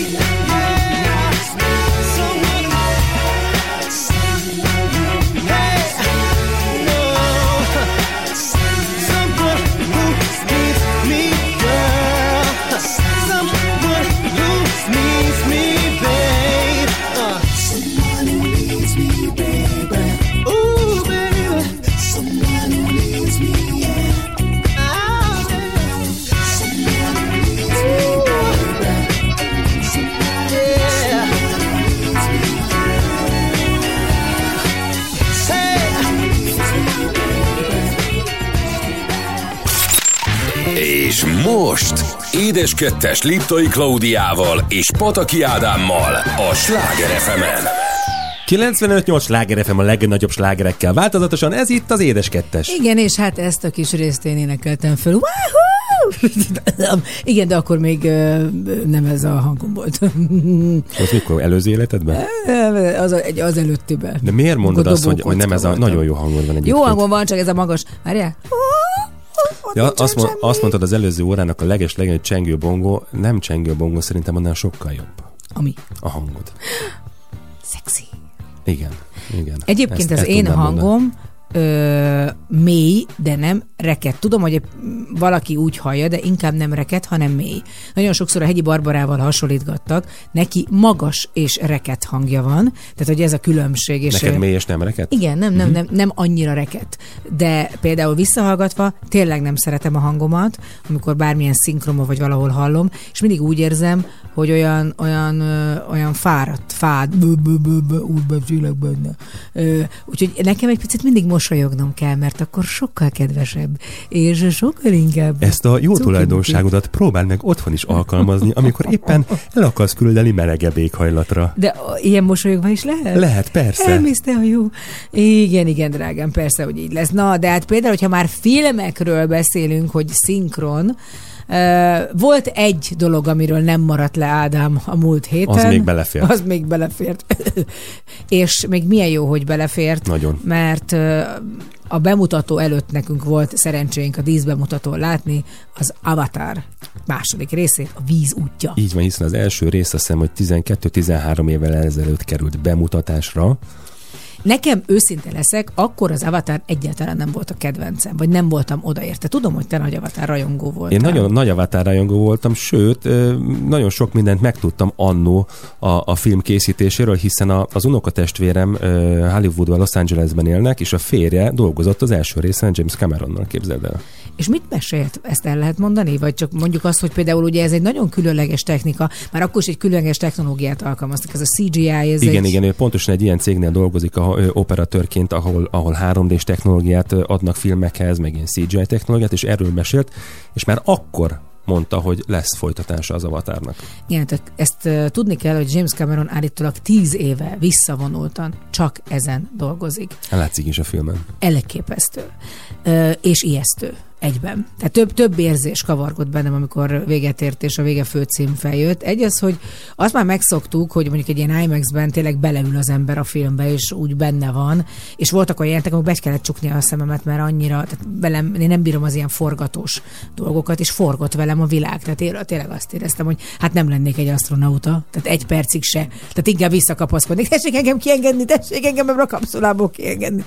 És most Édes Kettes Liptai Klaudiával és Pataki Ádámmal a Sláger FM-en. 95-8 Sláger FM a legnagyobb slágerekkel változatosan, ez itt az Édes Kettes. Igen, és hát ezt a kis részt én énekeltem föl. Igen, de akkor még nem ez a hangom volt. Az mikor? Előző életedben? Az előttiben. De miért mondod azt, hogy nem ez a... Nagyon jó hangod van egyébként. Jó hangom van, csak ez a magas... Várjál? Ja, azt mondtad az előző órának a legnagyobb csengő bongó, nem csengő bongó, szerintem annál sokkal jobb. Ami? A hangod. Szexi. Igen. Egyébként ezt én hangom mély, de nem reket. Tudom, hogy valaki úgy hallja, de inkább nem reket, hanem mély. Nagyon sokszor a Hegyi Barbarával hasonlítgattak, neki magas és reket hangja van, tehát hogy ez a különbség. És neked mély és nem reket? Igen, nem annyira reket. De például visszahallgatva tényleg nem szeretem a hangomat, amikor bármilyen szinkronban vagy valahol hallom, és mindig úgy érzem, hogy olyan fád, úgy beszélek benne. Úgyhogy nekem egy picit mindig mosolyognom kell, mert akkor sokkal kedvesebb, és sokkal inkább... Ezt a jó tulajdonságodat próbáld meg otthon is alkalmazni, amikor éppen el akarsz küldeni melegebb éghajlatra. De ilyen mosolyogva is lehet? Lehet, persze. Elmészte a jó. Igen, drágám, persze, hogy így lesz. Na, de hát például, hogyha már filmekről beszélünk, hogy szinkron, volt egy dolog, amiről nem maradt le Ádám a múlt héten. Az még belefért. És még milyen jó, hogy belefért. Nagyon. Mert a bemutató előtt nekünk volt szerencsénk a díszbemutatón látni az Avatar második részét, a Víz útja. Így van, hiszen az első rész azt hiszem, hogy 12-13 évvel ezelőtt került bemutatásra. Nekem őszinte leszek, akkor az Avatar egyáltalán nem volt a kedvencem, vagy nem voltam odaérte. Tudom, hogy te nagy Avatar rajongó voltál. Én nagyon nagy Avatar rajongó voltam, sőt, nagyon sok mindent megtudtam annó a film készítéséről, hiszen az unokatestvérem Hollywoodban, Los Angelesben élnek, és a férje dolgozott az első részen James Cameronnal, képzeld el. És mit mesélt? Ezt el lehet mondani? Vagy csak mondjuk azt, hogy például ugye ez egy nagyon különleges technika, már akkor is egy különleges technológiát alkalmaztak, ez a CGI. Igen, ő pontosan egy ilyen cégnél dolgozik, operatőrként, ahol 3D-s technológiát adnak filmekhez, meg ilyen CGI technológiát, és erről mesélt, és már akkor mondta, hogy lesz folytatása az Avatarnak. Igen, tehát ezt tudni kell, hogy James Cameron állítólag 10 éve visszavonultan csak ezen dolgozik. Látszik is a filmen. Elképesztő. És ijesztő egyben. Tehát több érzés kavargott bennem, amikor véget ért és a vége főcím feljött. Egy az, hogy azt már megszoktuk, hogy mondjuk egy ilyen IMAX-ben tényleg beleül az ember a filmbe, és úgy benne van, és voltak olyan jelentek, amikor be kellett csukni a szememet, mert annyira, tehát velem, én nem bírom az ilyen forgatós dolgokat, és forgott velem a világ. Tehát én tényleg azt éreztem, hogy hát nem lennék egy asztronauta, tehát egy percig se. Tehát inkább visszakapaszkodnék. Tessék engem kiengedni, tessék engem a kapszulából kiengedni.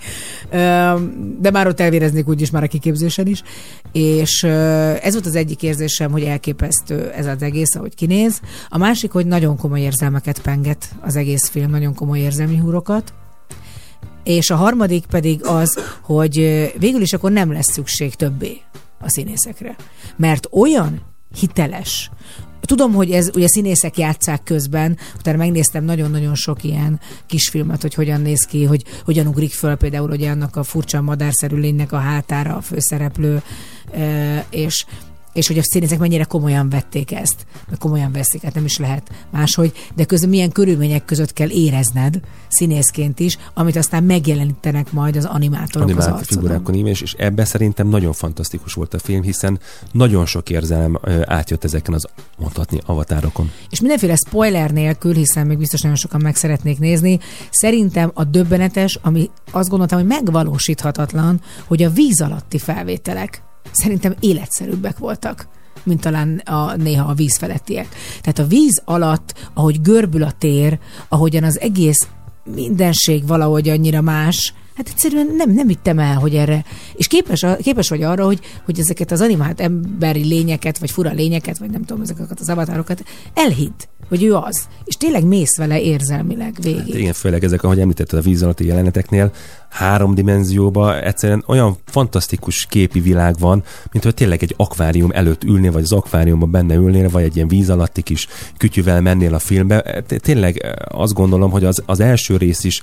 De már ott elvéreznék úgyis már a kiképzésen is. És ez volt az egyik érzésem, hogy elképesztő ez az egész, ahogy kinéz. A másik, hogy nagyon komoly érzelmeket penget az egész film, nagyon komoly érzelmi húrokat. És a harmadik pedig az, hogy végül is akkor nem lesz szükség többé a színészekre. Mert olyan hiteles. Tudom, hogy ez ugye színészek játsszák közben, utána megnéztem nagyon-nagyon sok ilyen kisfilmet, hogy hogyan néz ki, hogy hogyan ugrik föl például ugye annak a furcsa madárszerű lénynek a hátára a főszereplő, és és hogy a színészek mennyire komolyan vették ezt, meg komolyan veszik, hát nem is lehet máshogy, de közben milyen körülmények között kell érezned színészként is, amit aztán megjelenítenek majd az animátorok az arcodon. Figurákon és ebben szerintem nagyon fantasztikus volt a film, hiszen nagyon sok érzelem átjött ezeken az, mondhatni, avatárokon. És mindenféle spoiler nélkül, hiszen még biztos nagyon sokan meg szeretnék nézni, szerintem a döbbenetes, ami azt gondoltam, hogy megvalósíthatatlan, hogy a víz alatti felvételek szerintem életszerűbbek voltak, mint talán néha a víz felettiek. Tehát a víz alatt, ahogy görbül a tér, ahogyan az egész mindenség valahogy annyira más, hát egyszerűen nem hittem el, hogy erre. És képes vagy arra, hogy ezeket az animált emberi lényeket, vagy fura lényeket, vagy nem tudom, ezeket az avatárokat elhidd, hogy ő az. És tényleg mész vele érzelmileg végig. Hát igen, főleg ezek, ahogy említetted a víz alatti jeleneteknél, 3 dimenzióban egyszerűen olyan fantasztikus képi világ van, mint hogy tényleg egy akvárium előtt ülnél, vagy az akváriumban benne ülnél, vagy egy ilyen víz alatti kis kütyüvel mennél a filmbe. Tényleg azt gondolom, hogy az első rész is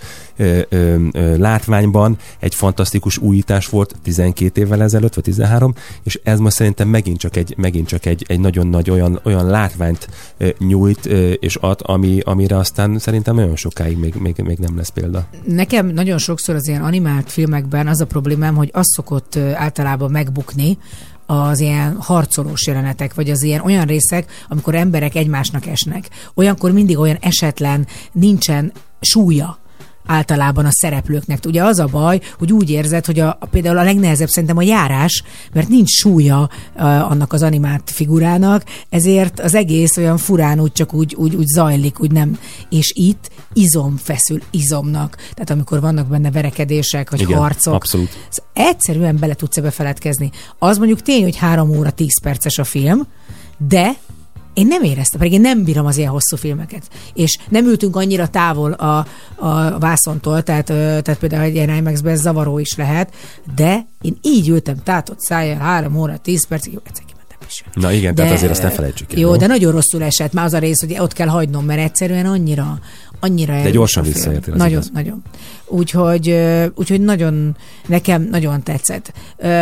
látványban egy fantasztikus újítás volt 12 évvel ezelőtt, vagy 13, és ez most szerintem megint csak egy nagyon nagy olyan látványt nyújt, és ad, amire aztán szerintem nagyon sokáig még nem lesz példa. Nekem nagyon sokszor az ilyen animált filmekben az a problémám, hogy az szokott általában megbukni, az ilyen harcolós jelenetek, vagy az ilyen olyan részek, amikor emberek egymásnak esnek. Olyankor mindig olyan esetlen, nincsen súlya általában a szereplőknek. Ugye az a baj, hogy úgy érzed, hogy például a legnehezebb szerintem a járás, mert nincs súlya annak az animált figurának, ezért az egész olyan furán úgy zajlik, úgy nem. És itt izom feszül izomnak. Tehát amikor vannak benne verekedések, vagy igen, harcok. Abszolút. Egyszerűen bele tudsz ebbe feledkezni. Az mondjuk tény, hogy 3 óra 10 perces a film, de én nem éreztem, pedig én nem bírom az ilyen hosszú filmeket. És nem ültünk annyira távol a vászontól, tehát például egy ilyen IMAX-ben zavaró is lehet, de én így ültem tátott szájjal 3 óra 10 percig, egyszer kimentem is. Na igen, tehát azért azt ne felejtsük el. Jó, de nagyon rosszul esett már az a rész, hogy ott kell hagynom, mert egyszerűen annyira de gyorsan visszaértél. Nagyon. Úgyhogy nagyon, nekem nagyon tetszett.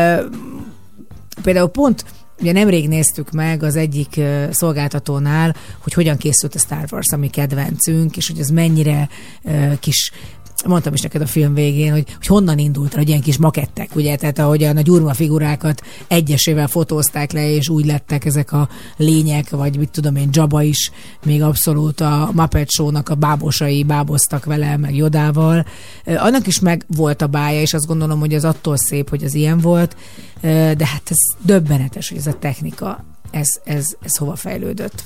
Például pont ugye nemrég néztük meg az egyik szolgáltatónál, hogy hogyan készült a Star Wars, ami kedvencünk, és hogy ez mennyire kis, mondtam is neked a film végén, hogy honnan indult, hogy ilyen kis makettek, ugye, tehát ahogyan a gyurma figurákat egyesével fotózták le, és úgy lettek ezek a lények, vagy mit tudom én, Jabba is, még abszolút a Muppet Show-nak a bábosai báboztak vele, meg Jodával. Annak is meg volt a bája, és azt gondolom, hogy az attól szép, hogy az ilyen volt, de hát ez döbbenetes, hogy ez a technika, ez hova fejlődött.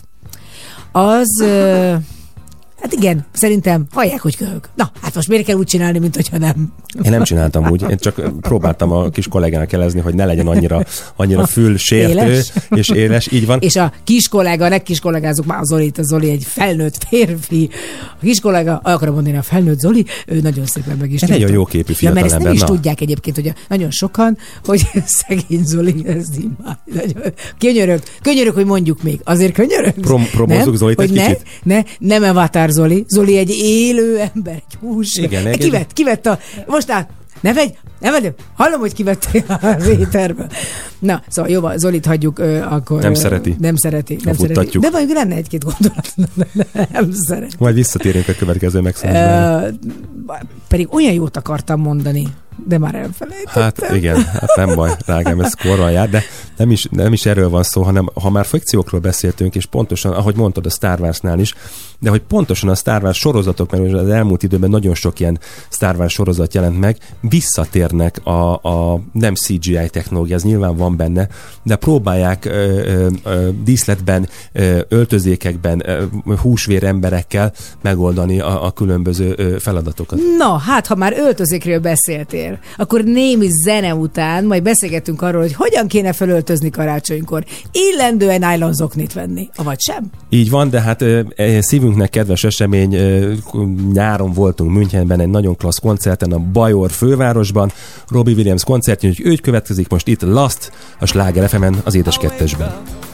Hát igen, szerintem hallják, hogy köhög. Na, hát most miért kell úgy csinálni, mint hogyha nem? Én nem csináltam úgy, én csak próbáltam a kis kollégának jelezni, hogy ne legyen annyira fülsértő és éles, így van. És a kis kollega, legkis kollégázunk már a Zoli egy felnőtt férfi. A kis kollega, akarom mondani, a felnőtt Zoli, ő nagyon szépen meg is tudta. Nagyon jó képű fiatalember. Ja, mert ezt nem is tudják egyébként, hogy nagyon sokan, hogy szegény Zoli, ez imád. Könyörög, hogy mondjuk még. Azért könyörög. Promózzuk Zolit egy kicsit. Nem Avatar Zoli egy élő ember, egy hús. Igen, kivett most ne vegy, hallom, hogy kivettél az éterből. Na, szóval jó, Zolit hagyjuk, akkor... Nem szereti. De majd lenne egy-két gondolat. Nem szereti. Majd visszatérünk a következő megszólásban. Pedig olyan jót akartam mondani, de már elfelejtettem. Hát igen, hát nem baj, drágám, ez korral jár, de nem is erről van szó, hanem ha már fikciókról beszéltünk, és pontosan, ahogy mondtad a Star Warsnál is, de hogy pontosan a Star Wars sorozatok, mert az elmúlt időben nagyon sok ilyen Star Wars sorozat jelent meg, visszatérnek a nem CGI technológia, ez nyilván van benne, de próbálják díszletben, öltözékekben, húsvér emberekkel megoldani a különböző feladatokat. Na, hát ha már öltözékről beszéltél, akkor némi zene után majd beszélgetünk arról, hogy hogyan kéne felöltözni karácsonykor. Illendően nylon zoknit venni, avagy sem? Így van, de hát szívünknek kedves esemény, nyáron voltunk Münchenben egy nagyon klassz koncerten a Bajor fővárosban, Robbie Williams koncertjén, hogy ő következik most itt Last, a Sláger FM-en, az Édes Kettesben.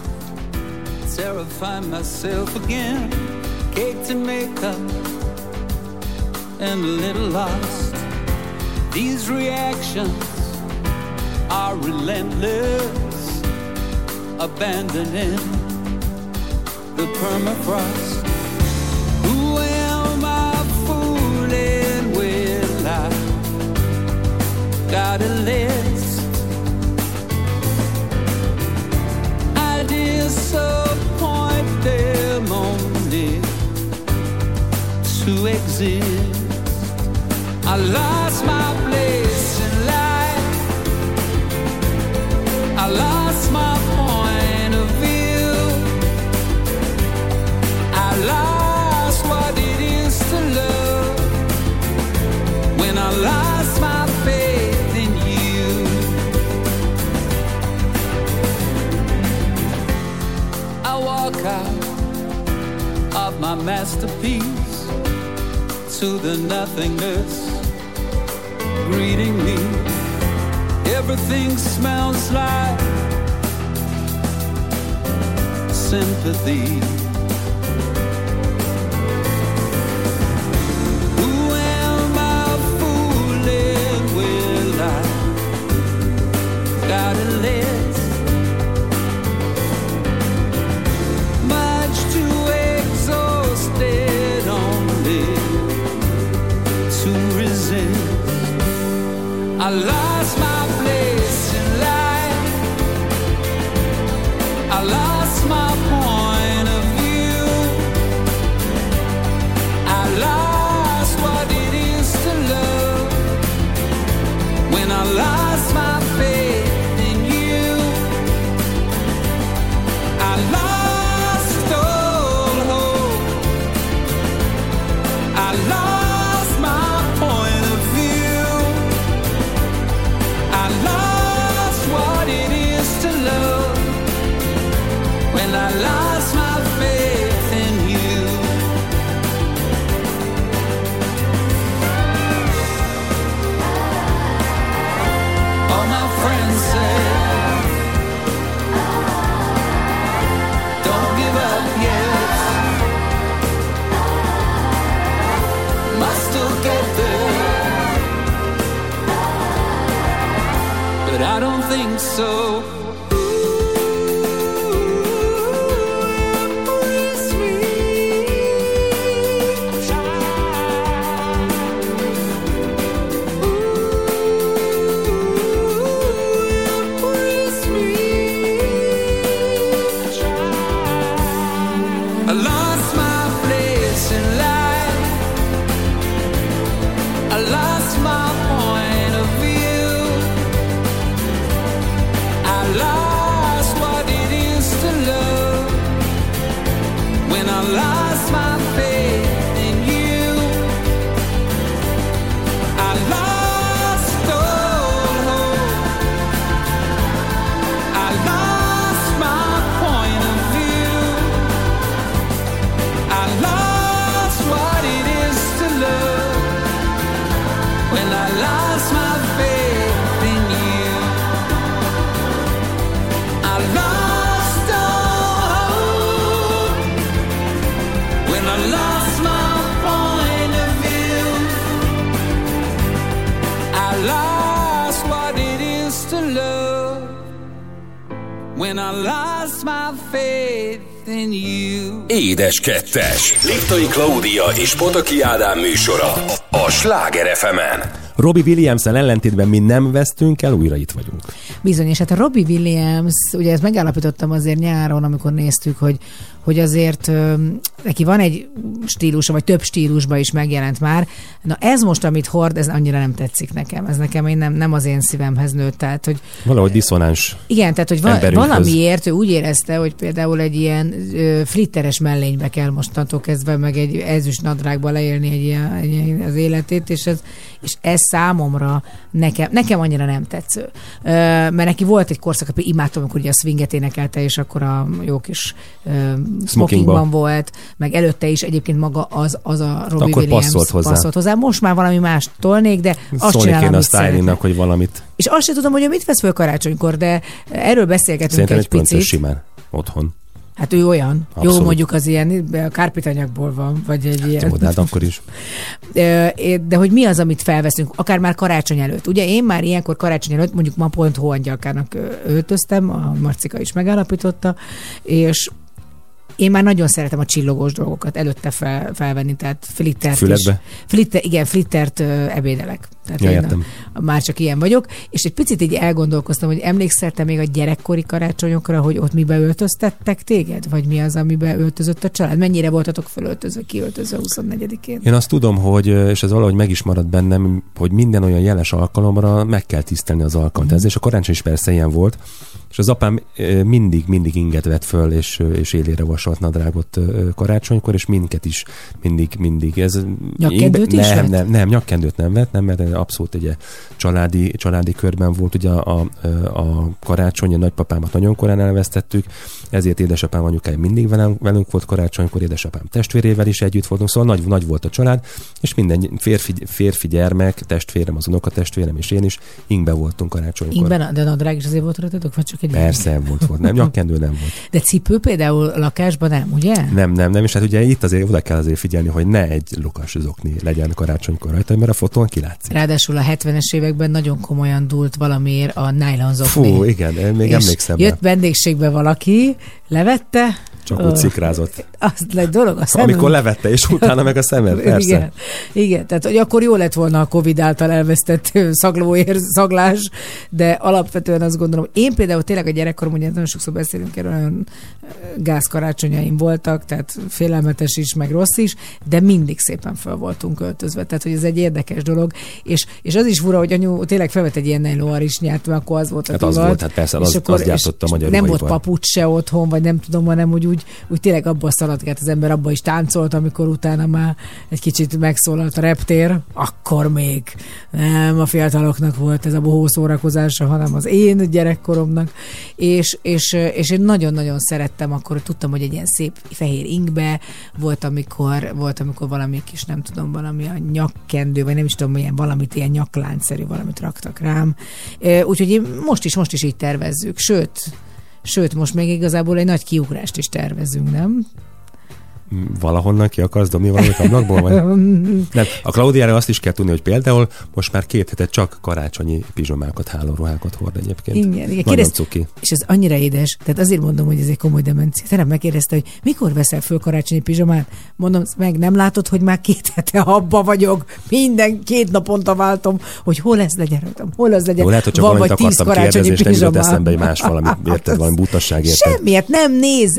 And a little lost. These reactions are relentless. abandoning the permafrost. Who am I fooling with? I got a list. I disappoint them only to exist. I lost my place in life. I lost my point of view. I lost what it is to love when I lost my faith in you. I walk out of my masterpiece to the nothingness greeting me. Everything smells like sympathy. Who am I fooling with? I got a list, much too exhausted only to resist. I lost my place in life. I lost my point of view. I lost what it is to love when I lost my faith in you. I lost all hope. I lost my point of view. I lost what it is to love when I lost my faith in you. All my friends say, don't give up yet. Must still get there, but I don't think so. I lost my place in life. I lost my point of view. I lost what it is to love when I lost my faith in you. I lost all hope. I lost my point of view. I lost what it is to love when I lost my faith in you. I lost all hope when I lost my point of view. I lost what it is to love when I lost my faith in you. Édes Kettes. Liptai Klaudia és Pataki Ádám műsora a Sláger FM-en. Robbie Williams-el ellentétben mi nem vesztünk el, újra itt vagyunk. Bizony, és hát a Robbie Williams, ugye ezt megállapítottam azért nyáron, amikor néztük, hogy azért neki van egy stílusa, vagy több stílusban is megjelent már. Na ez most, amit hord, ez annyira nem tetszik nekem. Ez nekem nem az én szívemhez nőtt. Tehát, hogy valahogy diszonáns. Igen, tehát, hogy valamiért ő úgy érezte, hogy például egy ilyen flitteres mellénybe kell mostantól kezdve, meg egy ezüst nadrágba leélni egy ilyen az életét, és ez számomra nekem annyira nem tetsző. Mert neki volt egy korszak, hogy imádtam, amikor ugye a swinget énekelte, és akkor a jó kis smokingban volt, meg előtte is egyébként maga az a Robbie Williams passzolt hozzá. Most már valami más tolnék, de azt csinálom, amit szeretnék. Hogy valamit. És azt sem tudom, hogy mit vesz föl karácsonykor, de erről beszélgetünk egy picit. Szerintem egy pöntös simán otthon. Hát ő olyan. Abszolút. Jó, mondjuk az ilyen kárpitanyagból van, vagy egy ilyen. Jó, de hát akkor is. De hogy mi az, amit felveszünk, akár már karácsony előtt. Ugye én már ilyenkor karácsony előtt, mondjuk ma pont hóangyalkának öltöztem, a Marcika is megállapította, és én már nagyon szeretem a csillogós dolgokat előtte felvenni, tehát flittert Fületbe? Flittert ebédelek. Tehát Ja, én már csak ilyen vagyok, és egy picit így elgondolkoztam, hogy emlékszel te még a gyerekkori karácsonyokra, hogy ott mibe öltöztettek téged? Vagy mi az, amiben öltözött a család? Mennyire voltatok fölöltözve, kiöltözve 24-én? Én azt tudom, hogy, és ez valahogy meg is maradt bennem, hogy minden olyan jeles alkalomra meg kell tisztelni az alkalmat. Ez és a karácsony is persze ilyen volt, és az apám mindig inget vett föl, és élére vasolt nadrágot karácsonykor, és minket is mindig. Ez nyakkendőt is vett? Nem, nyakkendőt nem vett, nem, mert abszolút ugye családi körben volt ugye a karácsony, a nagypapámat nagyon korán elvesztettük, ezért édesapám, anyukáim mindig velünk volt karácsonykor, édesapám testvérével is együtt voltunk, szóval nagy volt a család, és minden férfi gyermek, testvérem, az unokatestvérem és én is ingben voltunk karácsonykor. Ingben, de nadrág is azért volt rajtatok, vagy csak egy persze volt, nem, nyakkendő nem volt. De cipő például lakásban nem, ugye? Nem, és hát ugye itt azért oda kell azért figyelni, hogy ne egy lukas zokni legyen karácsonykor rajta, mert a fotón kilátszik. Ráadásul a 70-es években nagyon komolyan dúlt valamiért a nylon zokni. Fú, igen, én még emlékszem. Jött vendégségbe valaki, levette, csak úgy szikrázott. Az egy dolog a szemem. Amikor levette, és utána meg a szemed, persze. Igen, tehát hogy akkor jó lett volna a Covid által elvesztett szaglás, de alapvetően azt gondolom, én például tényleg a gyerekkorom, ugye nagyon sokszor beszélünk erről, olyan gázkarácsonyaim voltak, tehát félelmetes is, meg rossz is, de mindig szépen fel voltunk öltözve, tehát hogy ez egy érdekes dolog, és az is fura, hogy anyu tényleg felvett egy ilyen nylon-harisnyát, mert akkor az volt a divat. Az volt, hát persze, az gyártotta a magyar nem volt papucs se otthon, vagy nem tudom, hanem úgy tényleg abba szaladgált az ember, abba is táncolt, amikor utána már egy kicsit megszólalt a reptér, akkor még nem a fiataloknak volt ez a bohó szórakozása, hanem az én gyerekkoromnak, és én nagyon-nagyon szerettem, akkor tudtam, hogy egy ilyen szép fehér ingbe volt, amikor valami kis, nem tudom, valami a nyakkendő, vagy nem is tudom, milyen valamit, ilyen nyakláncszerű valamit raktak rám. Úgyhogy most is így tervezzük. Sőt, most még igazából egy nagy kiugrást is tervezünk, nem? Valahonnan ki akarsz dobni valamit ablakból? Vagy? Nem. A Klaudiára azt is kell tudni, hogy például most már 2 hete csak karácsonyi pizsomákat, hálóruhákat hord egyébként. Igen. Nagyon cuki. És ez annyira édes, tehát azért mondom, hogy ez egy komoly demencia. Terem megkérdezte, hogy mikor veszel föl karácsonyi pizsomát? Mondom, meg nem látod, hogy már 2 hete abba vagyok. Minden 2 naponta váltom, hogy hol ez legyen rajtam, hol az legyen. Jó, lehet, hogy csak valamit akartam kérdezni, és nem jutott eszembe, hogy más valami, érted, valami butaság érted. Semmiért nem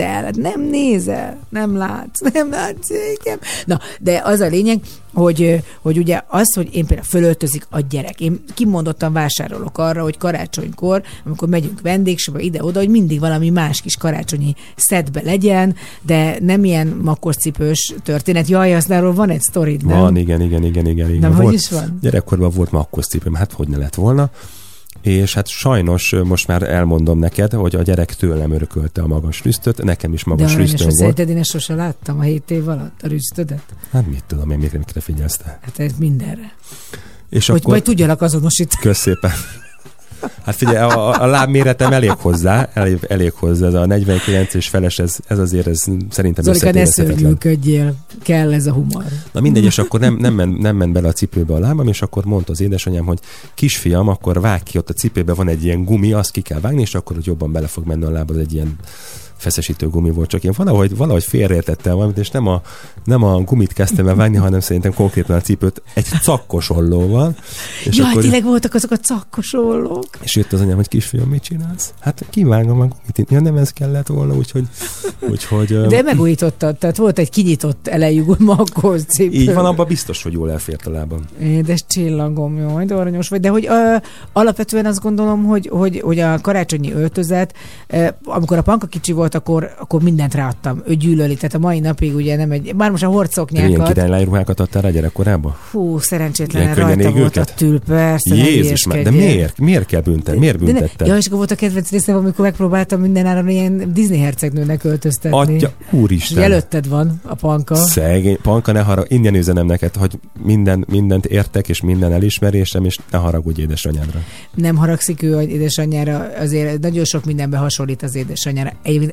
nézel, nem látsz. Nem látszik. Na, de az a lényeg, hogy ugye az, hogy én például fölöltözik a gyerek. Én kimondottan vásárolok arra, hogy karácsonykor, amikor megyünk vendégségbe ide-oda, hogy mindig valami más kis karácsonyi szedbe legyen, de nem ilyen makoscipős történet. Jaj, aztnáról van egy sztorid, nem? Van, igen. Nem, hogy is van? Gyerekkorban volt makoscipőm, hát hogy ne lett volna. És hát sajnos most már elmondom neked, hogy a gyerek tőlem örökölte a magas rüsztöt, nekem is magas rüsztöm volt. Szerinted én sose láttam a 7 év alatt a rüsztödet? Hát mit tudom, én mikre figyelsz te? Hát ez mindenre. És hogy akkor... majd tudjalak azonosítani. Kösz szépen. Hát figyelj, a lábméretem elég hozzá, ez a 49 és feles, ez azért szerintem Zolika, ne szörnyűködjél, kell ez a humor. Na mindegy, és akkor nem ment bele a cipőbe a lábam, és akkor mondta az édesanyám, hogy kisfiam, akkor vágj ki, ott a cipőben van egy ilyen gumi, azt ki kell vágni, és akkor hogy jobban bele fog menni a lábad, egy ilyen feszesítő gumi volt, csak én valahogy félreértettem valamit, és nem a gumit kezdtem el vágni, hanem szerintem konkrétan a cipőt egy cakkos ollóval. És jaj, akkor... tényleg voltak azok a cakkos ollók. És jött az anyám, hogy kisfiam, mit csinálsz? Hát kivágom a gumit. Ja, nem ez kellett volna, úgyhogy... De megújítottad, tehát volt egy kinyitott elejű makkos cipő. Így van, abban biztos, hogy jól elfért a lábam. Édes csillagom, jó, de aranyos vagy. De hogy alapvetően azt gondolom, hogy a karácsonyi öltözet, amikor a Panka kicsi volt, akkor mindent ráadtam. Ő gyűlöli, tehát a mai napig ugye nem egy... Már most a hordszoknyákat... Ilyen királylány ruhákat adtál rá gyerekkorában? Hú, szerencsétlen rajta volt a tül, persze. Jézus már, de miért kell büntetni? Miért büntetted? Ja, és akkor volt a kedvenc részem, amikor megpróbáltam mindenáron ilyen Disney hercegnőnek öltöztetni. Atya, úristen! És előtted van a Panka. Szegény. Panka, ne harag, innen üzenem neked, hogy mindent értek, és minden elismerésem, és ne haragudj édesanyádra. Nem haragszik ő édesanyjára, azért nagyon sok mindenben hasonlít az édesanyjára.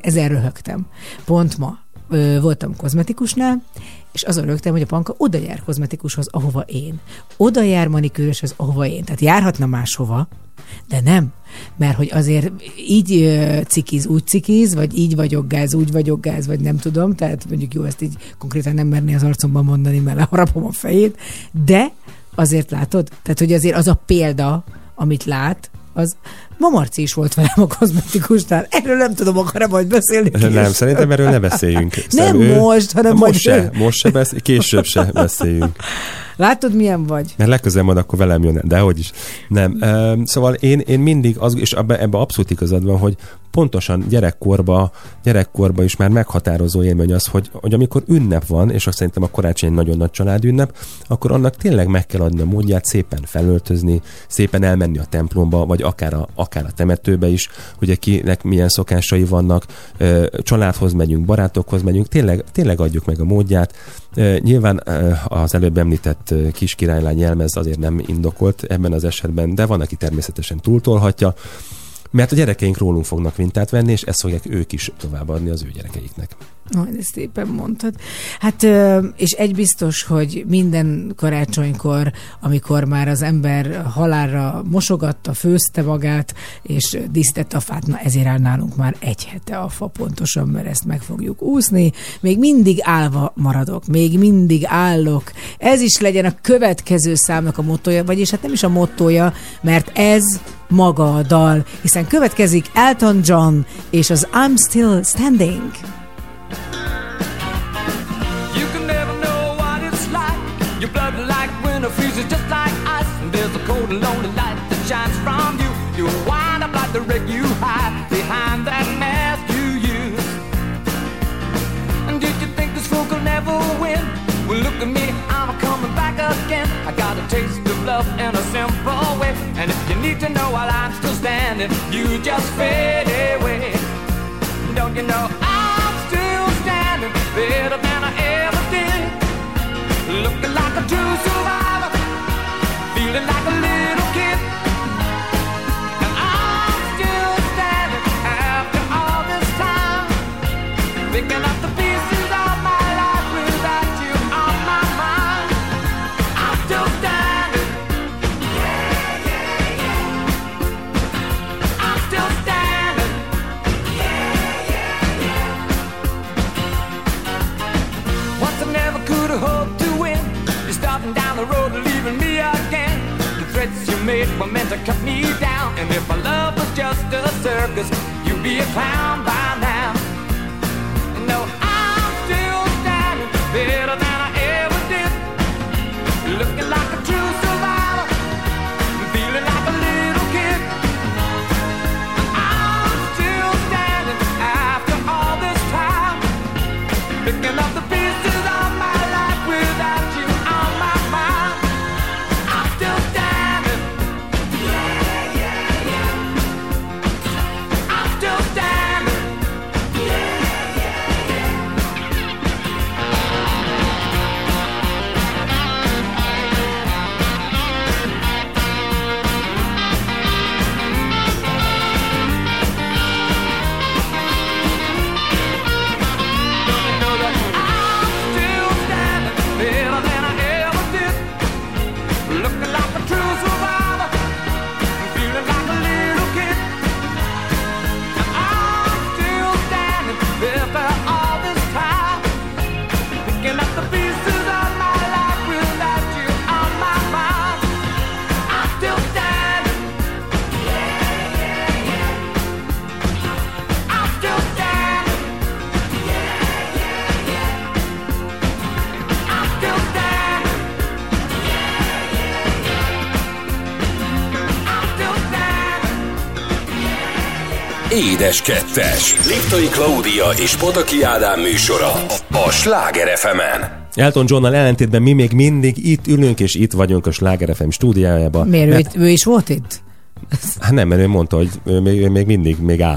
ezen röhögtem. Pont ma voltam kozmetikusnál, és azon rögtem, hogy a Panka oda jár kozmetikushoz, ahova én. Oda jár manikűröshez, ahova én. Tehát járhatna máshova, de nem. Mert hogy azért így cikiz, úgy cikiz, vagy így vagyok gáz, úgy vagyok gáz, vagy nem tudom, tehát mondjuk jó, ezt így konkrétan nem merné az arcomban mondani, mert leharapom a fejét, de azért látod? Tehát, hogy azért az a példa, amit lát, az ma Marci is volt velem a kozmetikusnál. Erről nem tudom, akar-e majd beszélni? Nem, szerintem erről ne beszéljünk. Nem most, hanem most se később se beszéljünk. Látod, milyen vagy? Mert legközelebb majd akkor velem jön, de hogy is. Nem. Szóval én mindig, és ebbe abszolút igazad van, hogy pontosan gyerekkorba is már meghatározó élmény az, hogy amikor ünnep van, és azt szerintem a karácsony egy nagyon nagy családünnep, akkor annak tényleg meg kell adni a módját, szépen felöltözni, szépen elmenni a templomba, vagy akár a temetőbe is, ugye kinek milyen szokásai vannak, családhoz megyünk, barátokhoz megyünk, tényleg adjuk meg a módját. Nyilván az előbb említett kis királylány jelmez azért nem indokolt ebben az esetben, de van, aki természetesen túltolhatja, mert a gyerekeink rólunk fognak mintát venni, és ezt fogják ők is továbbadni az ő gyerekeiknek. Ezt szépen mondtad. Hát, és egy biztos, hogy minden karácsonykor, amikor már az ember halálra mosogatta, főzte magát, és dísztette a fát, na ezért áll nálunk már egy hete a fa pontosan, mert ezt meg fogjuk úszni. Még mindig állva maradok, még mindig állok. Ez is legyen a következő számnak a mottoja, vagyis hát nem is a mottoja, mert ez maga a dal, hiszen következik Elton John és az I'm Still Standing. You can never know what it's like. Your blood like winter freezes just like ice. And there's a cold and lonely light that shines from you. You wind up like the wreck you hide behind that mask you use. And did you think this fool could never win? Well, look at me, I'm coming back again. I got a taste of love in a simple way. And if you need to know while I'm still standing, you just fade away. Don't you know I'm still standing better than I ever did? Looking like a true survivor, feeling like a little kid. And I'm still standing after all this time, picking up the pieces of my life without you on my mind. I'm still standing. Yeah, yeah, yeah. I'm still standing. Yeah, yeah, yeah. Once I never could have hoped to win. You're starting down the road and leaving me again. The threats you made were meant to cut me down. And if my love was just a circus, you'd be a clown by now. No, I'm still standing better than I ever did. Looking like a true survivor, feeling like a little kid. I'm still standing after all this time, picking up the pieces of my life without you on my mind. I'm still standing. Yeah, yeah, yeah. I'm still standing. Yeah, yeah, yeah. Know that I'm still standing better than I ever did. Looking like a true survivor, feeling like a little kid. And I'm still standing after all this time, picking up the pieces of my life without you on my mind. I'm still standing. Yeah, yeah, yeah. I'm still standing. Yeah, yeah, yeah. I'm still standing. Yeah, yeah, yeah. I'm still standing. Édes Kettes. Liptai Klaudia és Pataki Ádám műsora a Sláger FM-en. Elton Johnnal ellentétben mi még mindig itt ülünk, és itt vagyunk a Sláger FM stúdiójában. Miért ő is volt itt? Hát nem, mert ő mondta, hogy ő még mindig áll.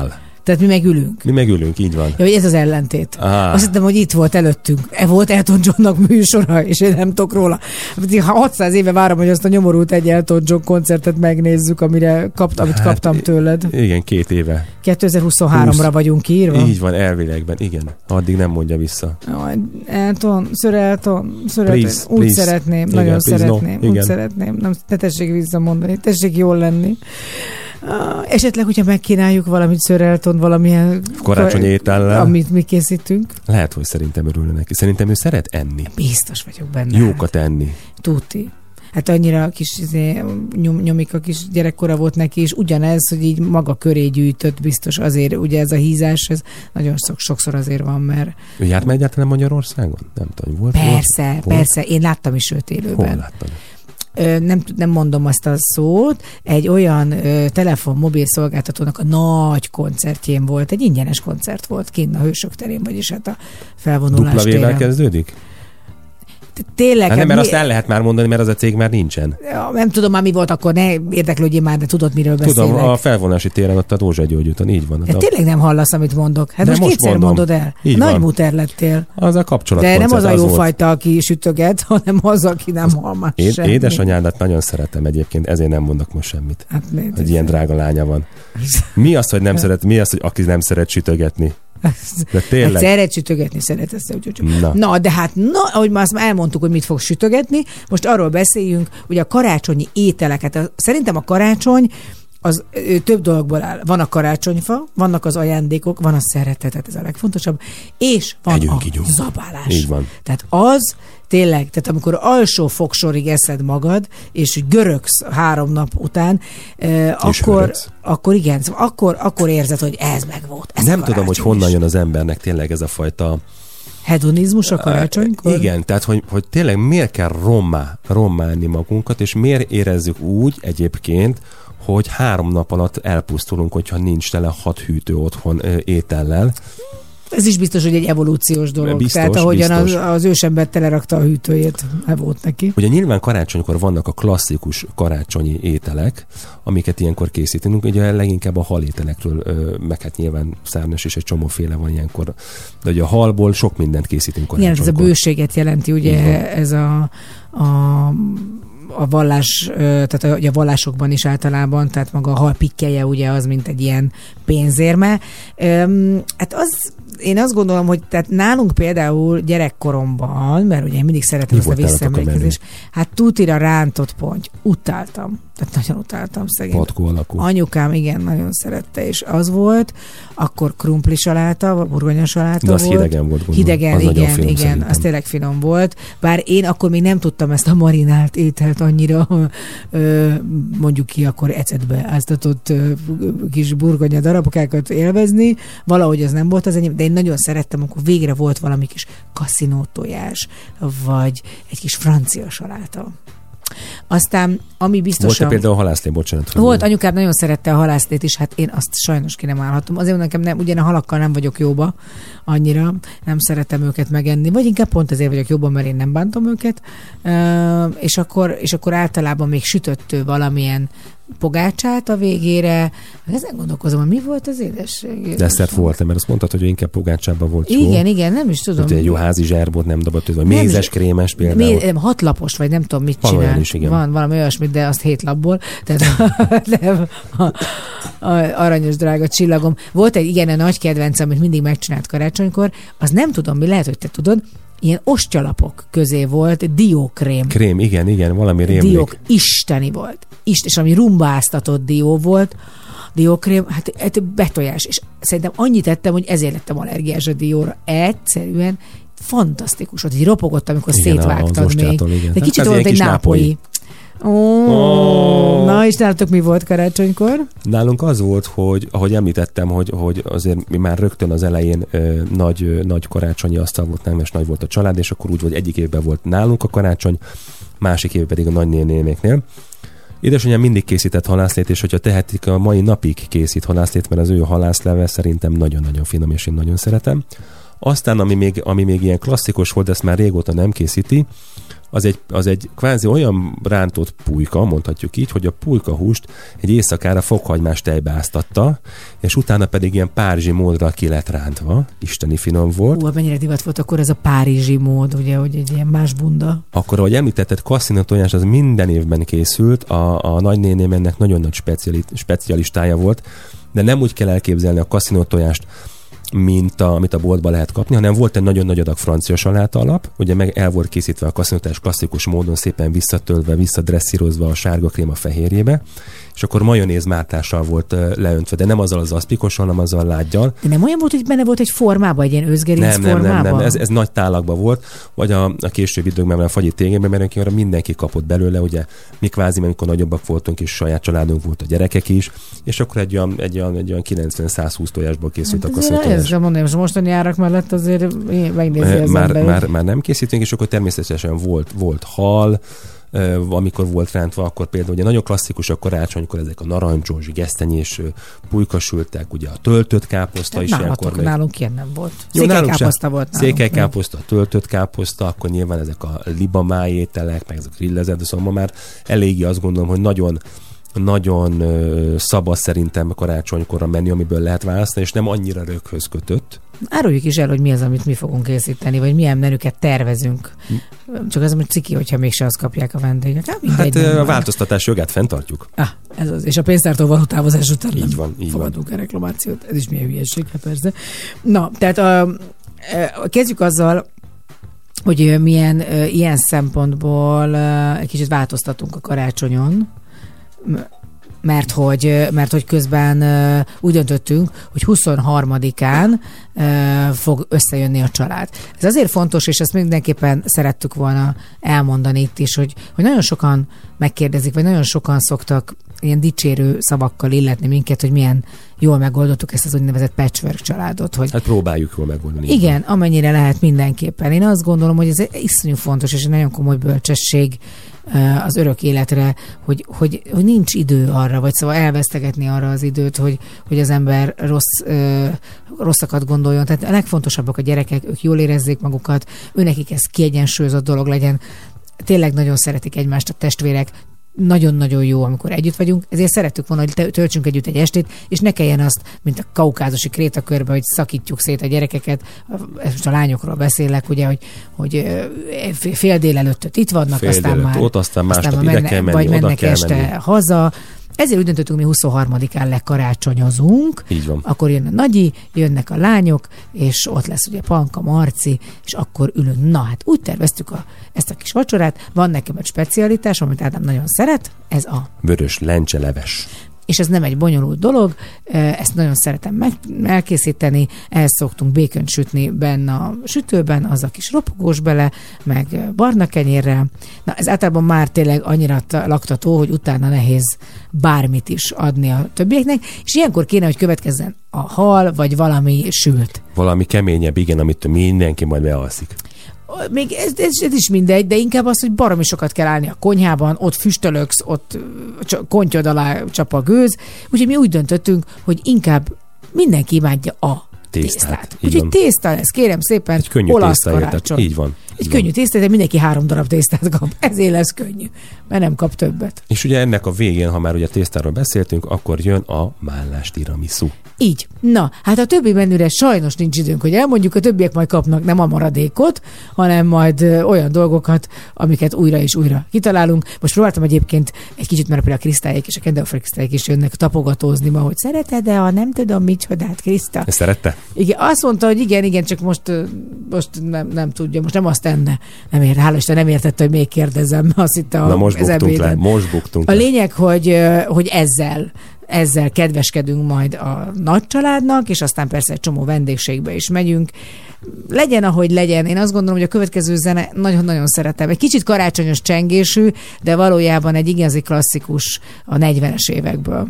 Tehát mi megülünk. Mi megülünk, így van. Ja, ez az ellentét. Azt hittem, hogy itt volt előttünk. Volt Elton Johnnak műsora, és én nem tudok róla. 600 éve várom, hogy azt a nyomorult egy Elton John koncertet megnézzük, amit kaptam tőled. Igen, 2 éve. 2023-ra vagyunk írva. Így van, elvilegben, igen. Addig nem mondja vissza. Elton, please, úgy szeretném, igen, nagyon szeretném, no, úgy szeretném. Nem, ne tessék visszamondani, tessék jól lenni. Esetleg, hogyha megkínáljuk valamit Sir Elton, valamilyen karácsonyi étellel, amit mi készítünk. Lehet, hogy szerintem örülne neki. Szerintem ő szeret enni. Biztos vagyok benne. Jókat enni. Tuti. Hát annyira kis nyomika kis gyerekkora volt neki, és ugyanez, hogy így maga köré gyűjtött, biztos azért, ugye ez a hízás, ez nagyon sokszor azért van, mert... Ő járt már egyáltalán Magyarországon? Nem tudom, volt? Persze, én láttam is őt élőben. Hol láttad? Nem mondom azt a szót, egy olyan mobil szolgáltatónak a nagy koncertjén volt, egy ingyenes koncert volt kint a Hősök terén, vagyis hát a felvonulás téren. W-vel kezdődik? Tényleg. Hát nem, mert azt el lehet már mondani, mert az a cég már nincsen. Ja, nem tudom már mi volt akkor, ne érdeklődjél már, de tudod, miről beszélek. Tudom, a felvonási téren ott a Dózsa György úton, így van. Hát tényleg nem hallasz, amit mondok. Hát most kétszer mondod el. Így nagy van. Muter lettél. Az a kapcsolat. De nem az a jó fajta, aki sütöget, hanem az, aki nem hall már semmit. Édesanyádat nagyon szeretem egyébként, ezért nem mondok most semmit. Hát, hogy ilyen drága lánya van. Mi az, hogy nem szeret, mi az, hogy aki nem szeret sütögetni? De tényleg. Hát szeret sütögetni, Na, de hát, ahogy már azt elmondtuk, hogy mit fog sütögetni, most arról beszéljünk, hogy a karácsonyi ételeket, szerintem a karácsony az több dologból áll. Van a karácsonyfa, vannak az ajándékok, van a szeretetet, ez a legfontosabb, és van a zabálás. Így van. Tehát az tényleg, tehát amikor alsó fogsorig eszed magad, és görögsz 3 nap után, akkor igen, akkor érzed, hogy ez meg volt. Nem tudom, hogy honnan jön az embernek tényleg ez a fajta hedonizmus a karácsonykor? Igen, tehát hogy tényleg miért kell rommálni magunkat, és miért érezzük úgy egyébként, hogy 3 nap alatt elpusztulunk, hogyha nincs tele 6 hűtő otthon étellel. Ez is biztos, hogy egy evolúciós dolog. Biztos, tehát ahogyan biztos. az ősember telerakta a hűtőjét, volt neki. Ugye nyilván karácsonykor vannak a klasszikus karácsonyi ételek, amiket ilyenkor készítünk. Ugye leginkább a halételekről, meg hát nyilván szárnyas is egy csomóféle van ilyenkor. De ugye a halból sok mindent készítünk karácsonykor. Igen, ez a bőséget jelenti, ugye ez a vallás, tehát a vallásokban is általában, tehát maga a hal pikkelje ugye az, mint egy ilyen pénzérme. Hát én azt gondolom, hogy tehát nálunk például gyerekkoromban, mert ugye én mindig szeretem ezt a visszaemlékezést, hát tutira rántott ponty. Utáltam. Tehát nagyon utáltam szegény. Patkó alakú. Anyukám igen, nagyon szerette, és az volt, akkor krumpli saláta, vagy burgonya saláta volt. De az hidegen volt, gondolom. Hidegen, igen, az tényleg finom volt. Bár én akkor még nem tudtam ezt a marinált ételt annyira, mondjuk ki akkor ecetbe áztatott kis burgonya darabokákat élvezni. Valahogy az nem volt az enyém, de én nagyon szerettem, akkor végre volt valami kis kaszinó tojás, vagy egy kis francia saláta. Aztán, ami biztosan... Volt-e például a halászlé, bocsánat? Volt, anyukám nagyon szerette a halászlét is, hát én azt sajnos ki nem állhatom. Azért nekem ugyan a halakkal nem vagyok jóba annyira, nem szeretem őket megenni, vagy inkább pont ezért vagyok jobban, mert én nem bántom őket. És akkor általában még sütöttő valamilyen pogácsát a végére. Ezen gondolkozom, hogy mi volt az édesség. Desszert volt, mert azt mondtad, hogy inkább pogácsában volt jó. Igen, nem is tudom. Egy jó házi zserbot nem dobott, vagy mézes krémes például. 6 lapos, vagy nem tudom, mit csinál. Van valami olyasmit, de azt 7 lapból. Tehát nem, aranyos drága csillagom. Volt egy igen nagy kedvenc, amit mindig megcsinált karácsonykor, az nem tudom, mi lehet, hogy te tudod, ilyen ostyalapok közé volt diókrém. Krém, igen, valami rémlik. Diók isteni volt. És ami rumbáztatott dió volt, diókrém, hát betojás. És szerintem annyit ettem, hogy ezért lettem allergiás a dióra. Egyszerűen fantasztikus volt. Így ropogott, amikor szétvágtad még. De kicsit volt egy nápolyi. Na, és nálatok mi volt karácsonykor? Nálunk az volt, hogy ahogy említettem, hogy azért mi már rögtön az elején nagy karácsonyi asztal volt nálunk, és nagy volt a család, és akkor úgy volt, egyik évben volt nálunk a karácsony, másik évben pedig a nagynénénéknél. Édesanyám mindig készített halászlét, és hogyha tehetik, a mai napig készít halászlét, mert az ő halászleve szerintem nagyon-nagyon finom, és én nagyon szeretem. Aztán, ami még ilyen klasszikus volt, ezt már régóta nem készíti, az egy kvázi olyan rántott pulyka, mondhatjuk így, hogy a pulykahúst egy éjszakára fokhagymás tejbe áztatta, és utána pedig ilyen párizsi módra ki lett rántva. Isteni finom volt. Mennyire divat volt akkor ez a párizsi mód, ugye, hogy egy ilyen más bunda. Akkor, ahogy említetted, cassino tojás az minden évben készült, a nagynéném ennek nagyon nagy specialistája volt, de nem úgy kell elképzelni a cassino tojást, amit a boltban lehet kapni, hanem volt egy nagyon nagy adag francia saláta alap, ugye meg el volt készítve a cassino tojás klasszikus módon, szépen visszatöltve, visszadresszírozva a sárga krém a fehérjébe, és akkor majonéz mártással volt leöntve, de nem azzal az aszpikossal, hanem azzal lággyal. De nem olyan volt, hogy benne volt egy formában, egy ilyen őzgerinc formában? Nem. Ez nagy tálakban volt, vagy a későbbi időkben a fagyi tégében, mert arra mindenki kapott belőle, ugye mi kvázi, amikor nagyobbak voltunk, és saját családunk volt, a gyerekek is, és akkor egy olyan 90-120 tojásból készült a cassino tojás. Ez mondom, most mostani árak mellett azért megnézi az ember. Már nem készítünk, és akkor természetesen volt hal, amikor volt rántva, akkor például ugye nagyon klasszikus a karácsonykor ezek a narancsos, gesztenyés pulykasültek, ugye a töltött káposzta is ilyenkor. Nálunk ilyen nem volt. Székelykáposzta volt nálunk. Székelykáposzta, töltött káposzta, akkor nyilván ezek a libamájételek, meg ezek a grillezett, de szóval ma már eléggé azt gondolom, hogy nagyon szabad szerintem a karácsonykor a menü, amiből lehet választani, és nem annyira röghöz kötött. Áruljuk is el, hogy mi az, amit mi fogunk készíteni, vagy milyen menüket tervezünk. Csak az, hogy ciki, hogyha mégse azt kapják a vendégek. A változtatás jogát fenntartjuk. Ez az. És a pénztártól való távozás után így van. Fogadunk el reklamációt. Ez is milyen hülyeség, persze. Na, tehát kezdjük azzal, hogy milyen ilyen szempontból egy kicsit változtatunk a karácsonyon, mert hogy közben úgy döntöttünk, hogy 23-án fog összejönni a család. Ez azért fontos, és ezt mindenképpen szerettük volna elmondani itt is, hogy nagyon sokan megkérdezik, vagy nagyon sokan szoktak ilyen dicsérő szavakkal illetni minket, hogy milyen jól megoldottuk ezt az úgynevezett patchwork családot. Hogy hát próbáljuk jól megoldani. Igen, amennyire lehet mindenképpen. Én azt gondolom, hogy ez iszonyú fontos, és egy nagyon komoly bölcsesség az örök életre, hogy nincs idő arra, vagy szóval elvesztegetni arra az időt, hogy az ember rosszakat gondoljon. Tehát a legfontosabbak a gyerekek, ők jól érezzék magukat, őnekik ez kiegyensúlyozott dolog legyen. Tényleg nagyon szeretik egymást a testvérek, nagyon-nagyon jó, amikor együtt vagyunk, ezért szerettük volna, hogy töltsünk együtt egy estét, és ne kelljen azt, mint a kaukázusi krétakörbe, hogy szakítjuk szét a gyerekeket. Most a lányokról beszélek, ugye, hogy fél délelőttöt itt vannak, aztán másnap ide kell menni, vagy mennek kell este menni. Haza. Ezért úgy döntöttünk, mi 23-án lekarácsonyozunk. Így van. Akkor jön a nagyi, jönnek a lányok, és ott lesz ugye Panka, Marci, és akkor ülünk. Na hát úgy terveztük ezt a kis vacsorát. Van nekem egy specialitás, amit Ádám nagyon szeret, ez a vörös lencseleves. És ez nem egy bonyolult dolog, ezt nagyon szeretem elkészíteni, ehhez szoktunk békönt sütni benne a sütőben, az a kis ropogós bele, meg barna kenyérrel. Na, ez általában már tényleg annyira laktató, hogy utána nehéz bármit is adni a többieknek, és ilyenkor kéne, hogy következzen a hal, vagy valami sült. Valami keményebb, igen, amit mindenki majd bealszik. Még ez is mindegy, de inkább az, hogy baromi sokat kell állni a konyhában, ott füstölöksz, ott kontyod alá csap a gőz, úgyhogy mi úgy döntöttünk, hogy inkább mindenki imádja a tésztát. Úgyhogy tészta lesz, kérem szépen, egy könnyű olasz karácsony. Így van. Egy könnyű tészta, de mindenki 3 darab tésztát kap. Ezért lesz könnyű, mert nem kap többet. És ugye ennek a végén, ha már ugye tésztáról beszéltünk, akkor jön a mállás tiramisu. Így. Na, hát a többi menüre sajnos nincs időnk, hogy elmondjuk, a többiek majd kapnak nem a maradékot, hanem majd olyan dolgokat, amiket újra és újra kitalálunk. Most próbáltam egyébként egy kicsit, mert például a Krisztályék és a Kendall Krisztályék is jönnek tapogatózni ma, hogy szereted, de nem tudom micsodát, Kriszta. Ezt szerette? Igen, azt mondta, hogy igen, csak most nem tudja, most nem azt tenne. Nem ért, hála Isten, nem értette, hogy még kérdezem. Azt itt most buktunk le. A lényeg, hogy ezzel kedveskedünk majd a nagy családnak, és aztán persze egy csomó vendégségbe is megyünk. Legyen, ahogy legyen. Én azt gondolom, hogy a következő zene nagyon-nagyon szeretem. Egy kicsit karácsonyos csengésű, de valójában egy igazi klasszikus a 40-es évekből.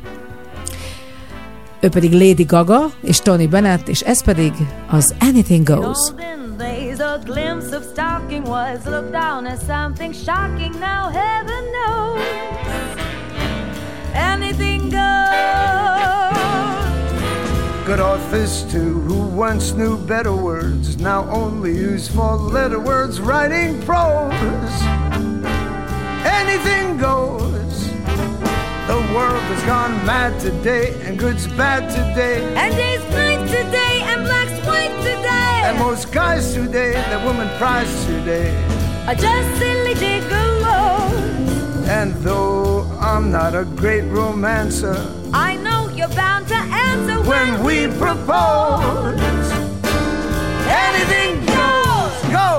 Ő pedig Lady Gaga és Tony Bennett, és ez pedig az Anything Goes. A glimpse of stalking was looked down as something shocking. Now heaven knows anything goes. at authors too, who once knew better words, now only use four-letter words writing prose. Anything goes. The world has gone mad today, and good's bad today, and day's night today, and black's white today, and most guys today, that woman prize today, are just silly gigolos. And though I'm not a great romancer, I know you're bound to answer when we propose. Anything goes, go!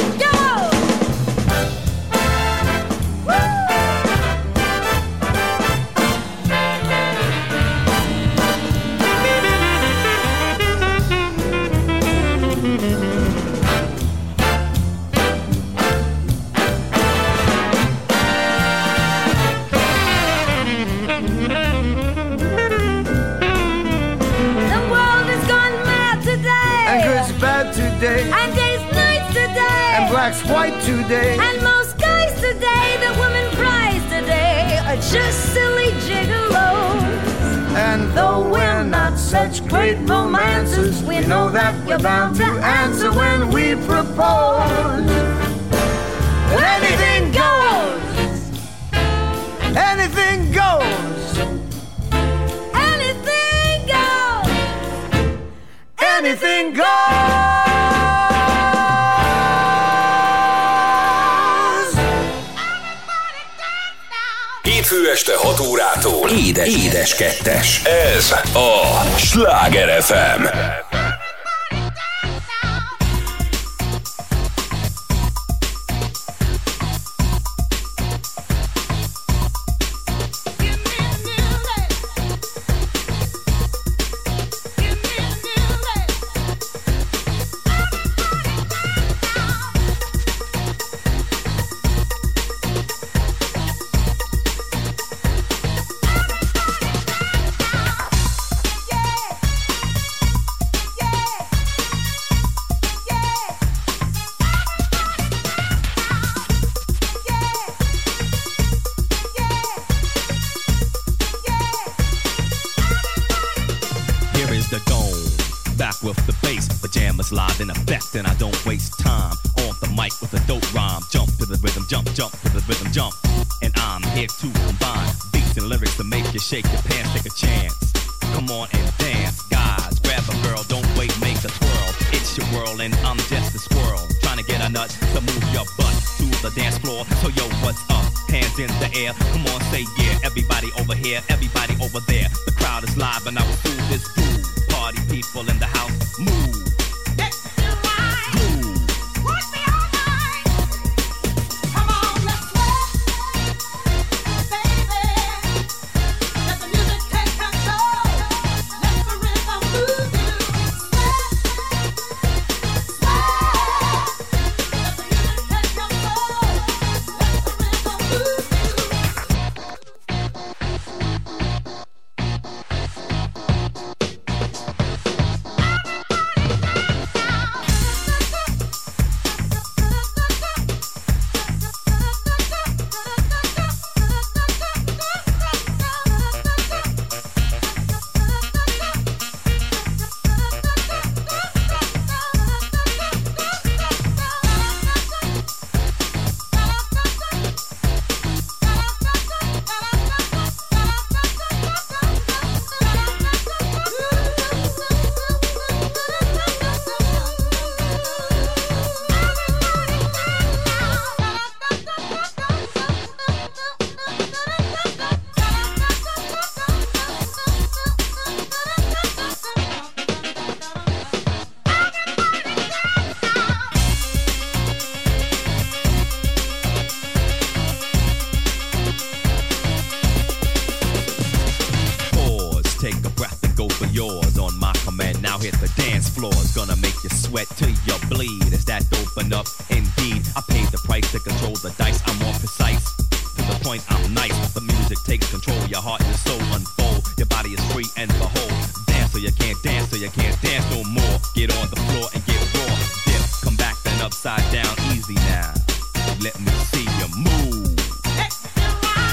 And days, nights today, and black's white today, and most guys today, the woman prize today, are just silly gigolos. And though we're not such great romancers, we know that we're bound to answer when we propose. Anything goes. Anything goes. Anything goes. Anything goes. Hétfő este 6 órától Édes Kettes. Ez a Sláger FM. Live in effect, and I don't waste time on the mic with a dope rhyme. Jump to the rhythm, jump to the rhythm, jump. And I'm here to combine beats and lyrics to make you shake your pants, take a chance. Come on and dance, guys. Grab a girl, don't wait, make a twirl. It's your world, and I'm just a squirrel trying to get a nut to move your butt to the dance floor. So yo, what's up? Hands in the air. Come on, say yeah. Everybody over here, everybody over there. The crowd is live, and I will do this groove. Party people in the house, move.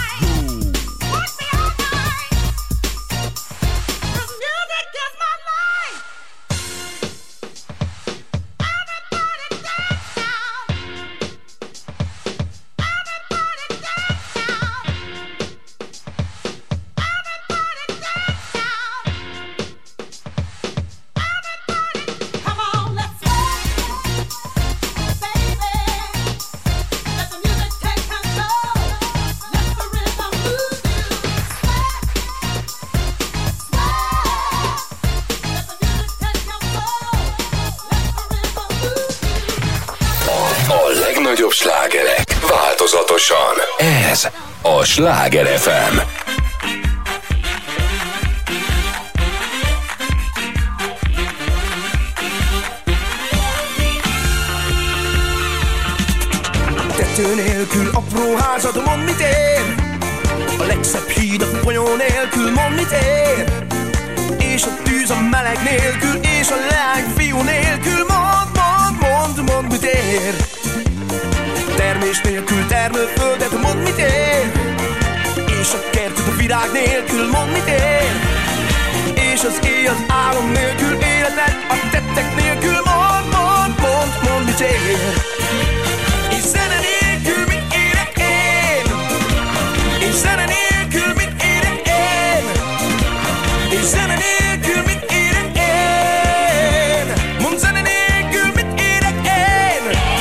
Music is my life. slágerek változatosan. Ez a Sláger FM. Tető nélkül apró házad, mondd mit ér? A legszebb híd a folyó nélkül, mondd mit ér? És a tűz a meleg nélkül, és a leány fiú nélkül, mondd mit ér? Termés nélkül termőföldet, mondd mit ér? És a kertet a virág nélkül, mondd mit ér? És az éj az álom nélkül, életed a tettek nélkül, mondd mit ér? És zene nélkül mit érek én? És zene nélkül mit érek én? És zene nélkül mit érek én? Mondd zene nélkül mit érek én?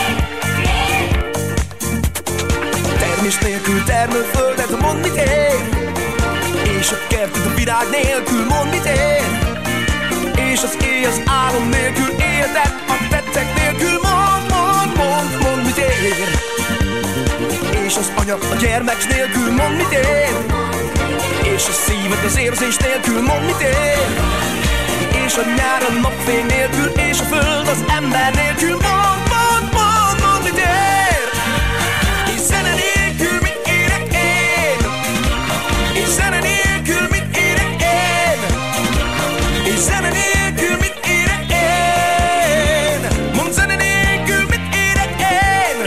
Termés nélkül termőföldet, mondd mit ér? És a kertet a virág nélkül, mondd mit ér? És az éj az álom nélkül, életed a tettek nélkül, mondd mit ér? És az anya a gyermek nélkül, mondd mit ér? És a szíved az érzés nélkül, mondd mit ér? És a nyár a napfény nélkül, és a föld az ember nélkül, mondd mit ér? És zene nélkül mit érek én? És zene nélkül mit érek én? És zene nélkül mit érek én? Mondd zene nélkül mit érek én?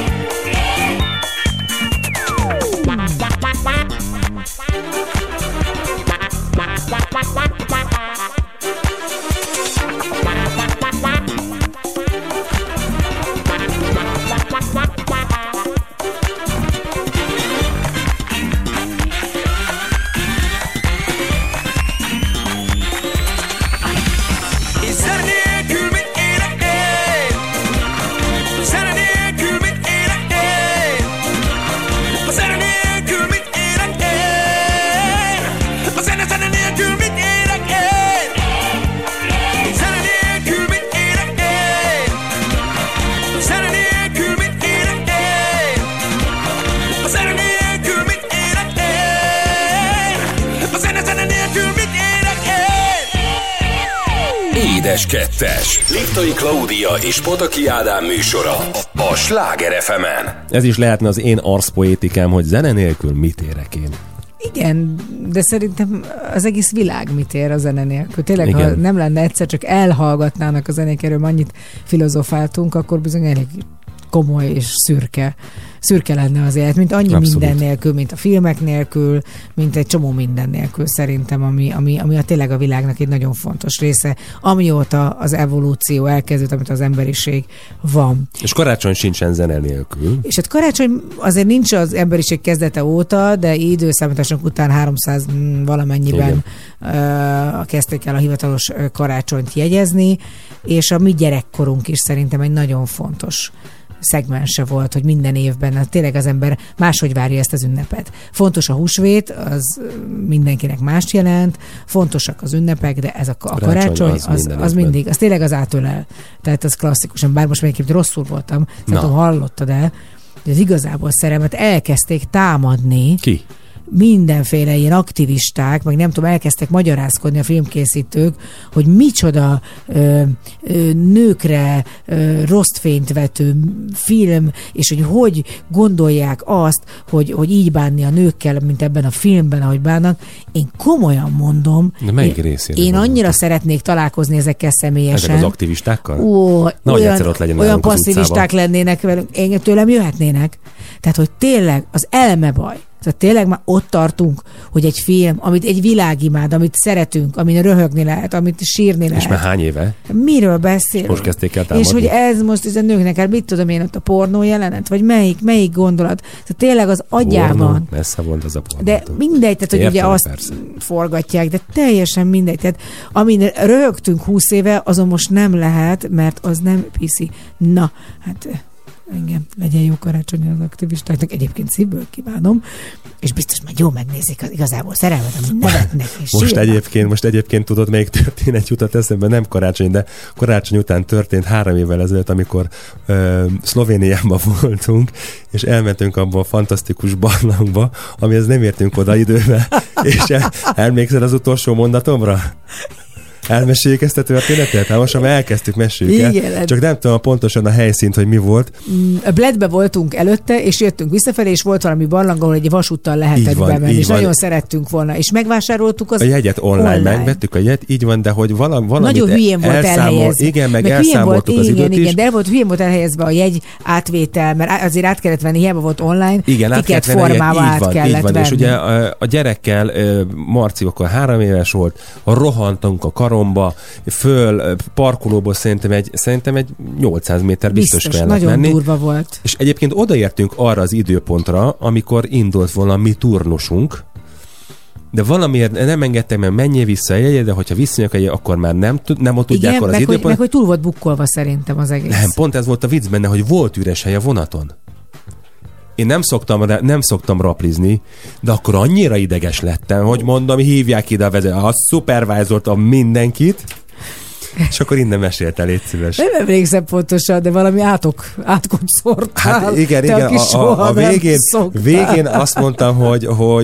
Édes Kettes. Liptai Klaudia és Pataki Ádám műsora a Sláger FM-en. Ez is lehetne az én arszpoétikám, hogy zene nélkül mit érek én. Igen, de szerintem az egész világ mit ér a zene nélkül. Tényleg, igen. Ha nem lenne egyszer, csak elhallgatnának a zenékről, annyit filozofáltunk, akkor bizony elég komoly és szürke lenne az élet, mint annyi abszolút. minden nélkül, mint a filmek nélkül, mint egy csomó minden nélkül szerintem, ami a tényleg a világnak egy nagyon fontos része, amióta az evolúció elkezdődött, amit az emberiség van. És karácsony sincsen zene nélkül. És hát karácsony azért nincs az emberiség kezdete óta, de időszámításunk után 300 valamennyiben kezdték el a hivatalos karácsonyt jegyezni, és a mi gyerekkorunk is szerintem egy nagyon fontos szegmense volt, hogy minden évben tényleg az ember máshogy várja ezt az ünnepet. Fontos a húsvét, az mindenkinek mást jelent, fontosak az ünnepek, de ez a karácsony, az mindig, az tényleg az átölel. Tehát az klasszikusan, bár most még rosszul voltam, szerintem hallottad el, hogy az igazából szerelmet elkezdték támadni. Ki? Mindenféle ilyen aktivisták, meg nem tudom, elkezdtek magyarázkodni a filmkészítők, hogy micsoda nőkre rossz fényt vető film, és hogy gondolják azt, hogy így bánni a nőkkel, mint ebben a filmben, ahogy bánnak. Én komolyan mondom, én annyira szeretnék találkozni ezekkel személyesen. Ezek az aktivistákkal? Olyan passzivisták lennének velünk, tőlem jöhetnének. Tehát, hogy tényleg az elmebaj. Tehát tényleg már ott tartunk, hogy egy film, amit egy világimád, amit szeretünk, amin röhögni lehet, amit sírni lehet. És már hány éve? Miről beszélünk? Most kezdték el támadni. És hogy ez most ez a nőknek, hát mit tudom én, ott a pornó jelenet, vagy melyik gondolat? Tehát tényleg az agyában. Pornó, messze volt az a pornó. De mindegy, tehát hogy ugye azt persze forgatják, de teljesen mindegy. Tehát amin röhögtünk 20 éve, azon most nem lehet, mert az nem piszi. Na, hát Igen, legyen jó karácsony az aktivistáknak. Egyébként szívből kívánom, és biztos majd jól megnézik, igazából szerelmet, amit nevetnek és most egyébként tudod, még történet jutott eszembe, nem karácsony, de karácsony után történt 3 évvel ezelőtt, amikor Szlovéniában voltunk, és elmentünk abba a fantasztikus barlangba, amihez nem értünk oda időben, és emlékszel az utolsó mondatomra? Elmeséljük ezt a történetet? Hát most már elkezdtük, meséljük el. Igen. Csak nem tudom pontosan a helyszínt, hogy mi volt. A Bledbe voltunk előtte, és jöttünk visszafelé, és volt valami barlang, ahol egy vasúttal lehetett bemenni, és nagyon szerettünk volna. És megvásároltuk az a jegyet online. Megvettük a jegyet, így van, de hogy valamit nagyon hülyén volt elhelyezve. Igen, meg elszámoltuk az időt is. Igen, de hülyén volt elhelyezve a jegy átvétel, mert azért át kellett venni, hiába volt online, tiket formában át kellett venni. És ugye a gyerekkel, Marci akkor 3 éves volt, rohantunk a karomba, föl parkolóból szerintem egy 800 méter biztos kellett nagyon menni. Durva volt. És egyébként odaértünk arra az időpontra, amikor indult volna a mi turnusunk, de valamiért nem engedtem, mert menjél vissza a jegyet, de hogyha visszajönnek a jegyet, akkor már nem tudják igen, az időpont. meg hogy túl volt bukkolva szerintem az egész. Nem, pont ez volt a vicc benne, hogy volt üres hely a vonaton. Én nem szoktam raplizni, de akkor annyira ideges lettem, hogy mondom, hívják ide a supervisort, a mindenkit, és akkor innen mesélte, légy szíves. Nem emlékszem pontosan, de valami átkot szórtál. Hát igen, a végén azt mondtam, hogy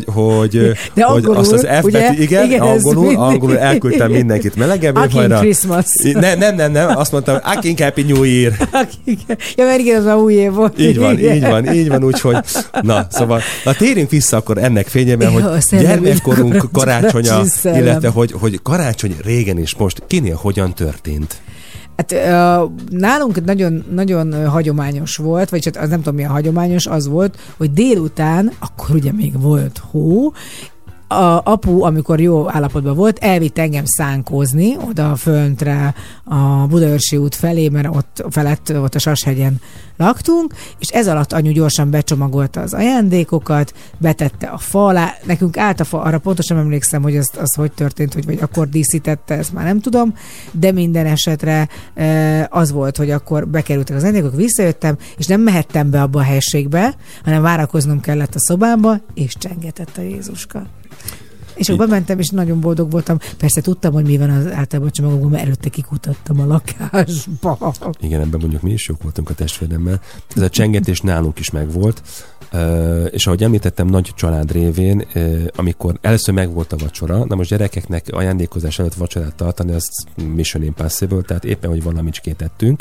azt az F-betű, igen, angolul elküldtem mindenkit melegebb éjfajra. Christmas. Nem, azt mondtam, Akin Happy New Year. Ja, mert igen, az már új év volt. Így van, úgyhogy, szóval, térjünk vissza akkor ennek fényében, hogy gyermekkorunk karácsonya, illetve, hogy karácsony régen és most kinél hogyan történt? Hát nálunk nagyon hagyományos volt, vagy az nem tudom mi a hagyományos, az volt, hogy délután, akkor ugye még volt hó, a apu, amikor jó állapotban volt, elvitt engem szánkózni oda föntre a Budaörsi út felé, mert ott a Sashegyen laktunk, és ez alatt anyu gyorsan becsomagolta az ajándékokat, betette a fa alá, nekünk állt a fa, arra pontosan emlékszem, hogy az hogy történt, vagy akkor díszítette, ezt már nem tudom, de minden esetre az volt, hogy akkor bekerültek az ajándékok, visszajöttem, és nem mehettem be abba a helységbe, hanem várakoznom kellett a szobámba, és csengetett a Jézuska. És akkor bementem, és nagyon boldog voltam. Persze tudtam, hogy mi van az általában csomagokban, mert előtte kikutattam a lakásba. Igen, ebben mondjuk mi is jók voltunk a testvéremmel. Ez a csengetés nálunk is megvolt, és ahogy említettem, nagy család révén, amikor először megvolt a vacsora, na most gyerekeknek ajándékozás előtt vacsorát tartani, az Mission Impossible, tehát éppen, hogy valamicskét ettünk,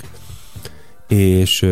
és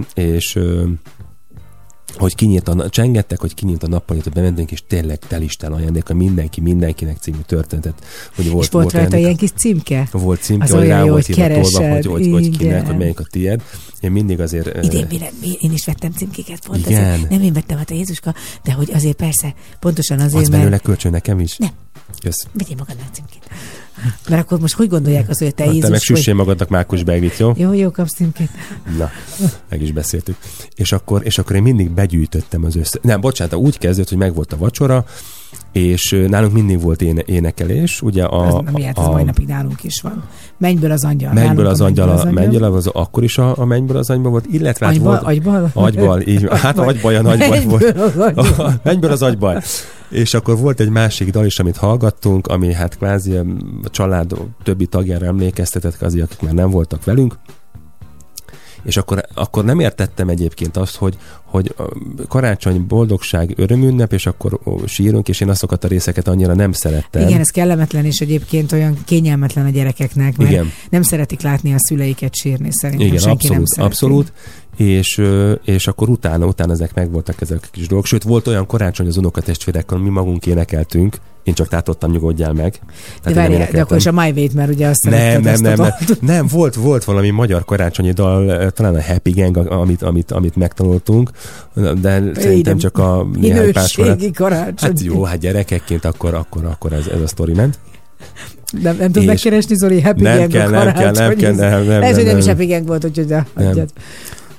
hogy csengettek, hogy kinyílt a nappalitot, bementünk, és tényleg telisten ajándéka mindenkinek című történetet. Hogy és volt rajta ilyen kis címke? Volt címke, hogy rá volt hivatolva, hogy kinek, hogy melyik a tiéd. Én mindig azért... Idén én is vettem címkéket, pont azért. Nem én vettem, hát a Jézuska, de hogy azért persze, pontosan azért, mert... Az belőle kölcsön nekem is? Nem. Kösz. Vegyél magadnak címkét. Mert akkor most hogy gondolják az, hogy te Jézus vagy? Te meg süssél magadnak mákus begvit, jó? Jó, kapsz címkét. Na, meg is beszéltük. És akkor én mindig begyűjtöttem az össze... Nem, bocsánat, úgy kezdődött, hogy megvolt a vacsora, és nálunk mindig volt énekelés, ugye az mai napig nálunk is van. Mennyből az angyal. Mennyből az akkor is a Mennyből az angyal volt, illetve agybal, így, hát agybaj a nagybaj volt. Mennyből az agybaj. És akkor volt egy másik dal is, amit hallgattunk, ami hát kvázi a család többi tagjára emlékeztetett, azért, akik már nem voltak velünk. És akkor nem értettem egyébként azt, hogy karácsony, boldogság, örömünnep, és akkor sírunk, és én azokat a részeket annyira nem szerettem. Igen, ez kellemetlen, és egyébként olyan kényelmetlen a gyerekeknek, mert igen. Nem szeretik látni a szüleiket sírni, szerintem. Igen, senki abszolút. És akkor utána ezek megvoltak ezek a kis dolgok. Sőt, volt olyan karácsony az unokatestvérekkel, mi magunk énekeltünk, én csak tátottam, nyugodjál meg. De akkor is a My Way-t, mert ugye azt nem, volt valami magyar karácsonyi dal, talán a Happy Gang, amit megtanultunk, de szerintem csak a néhány minőségi karácsony. Hát jó, hát gyerekekként akkor ez a sztori ment. Nem tud megkeresni, Zoli, Happy Gang a karácsony. Nem kell. Ez, hogy nem is Happy Gang volt, úgyhogy adjad.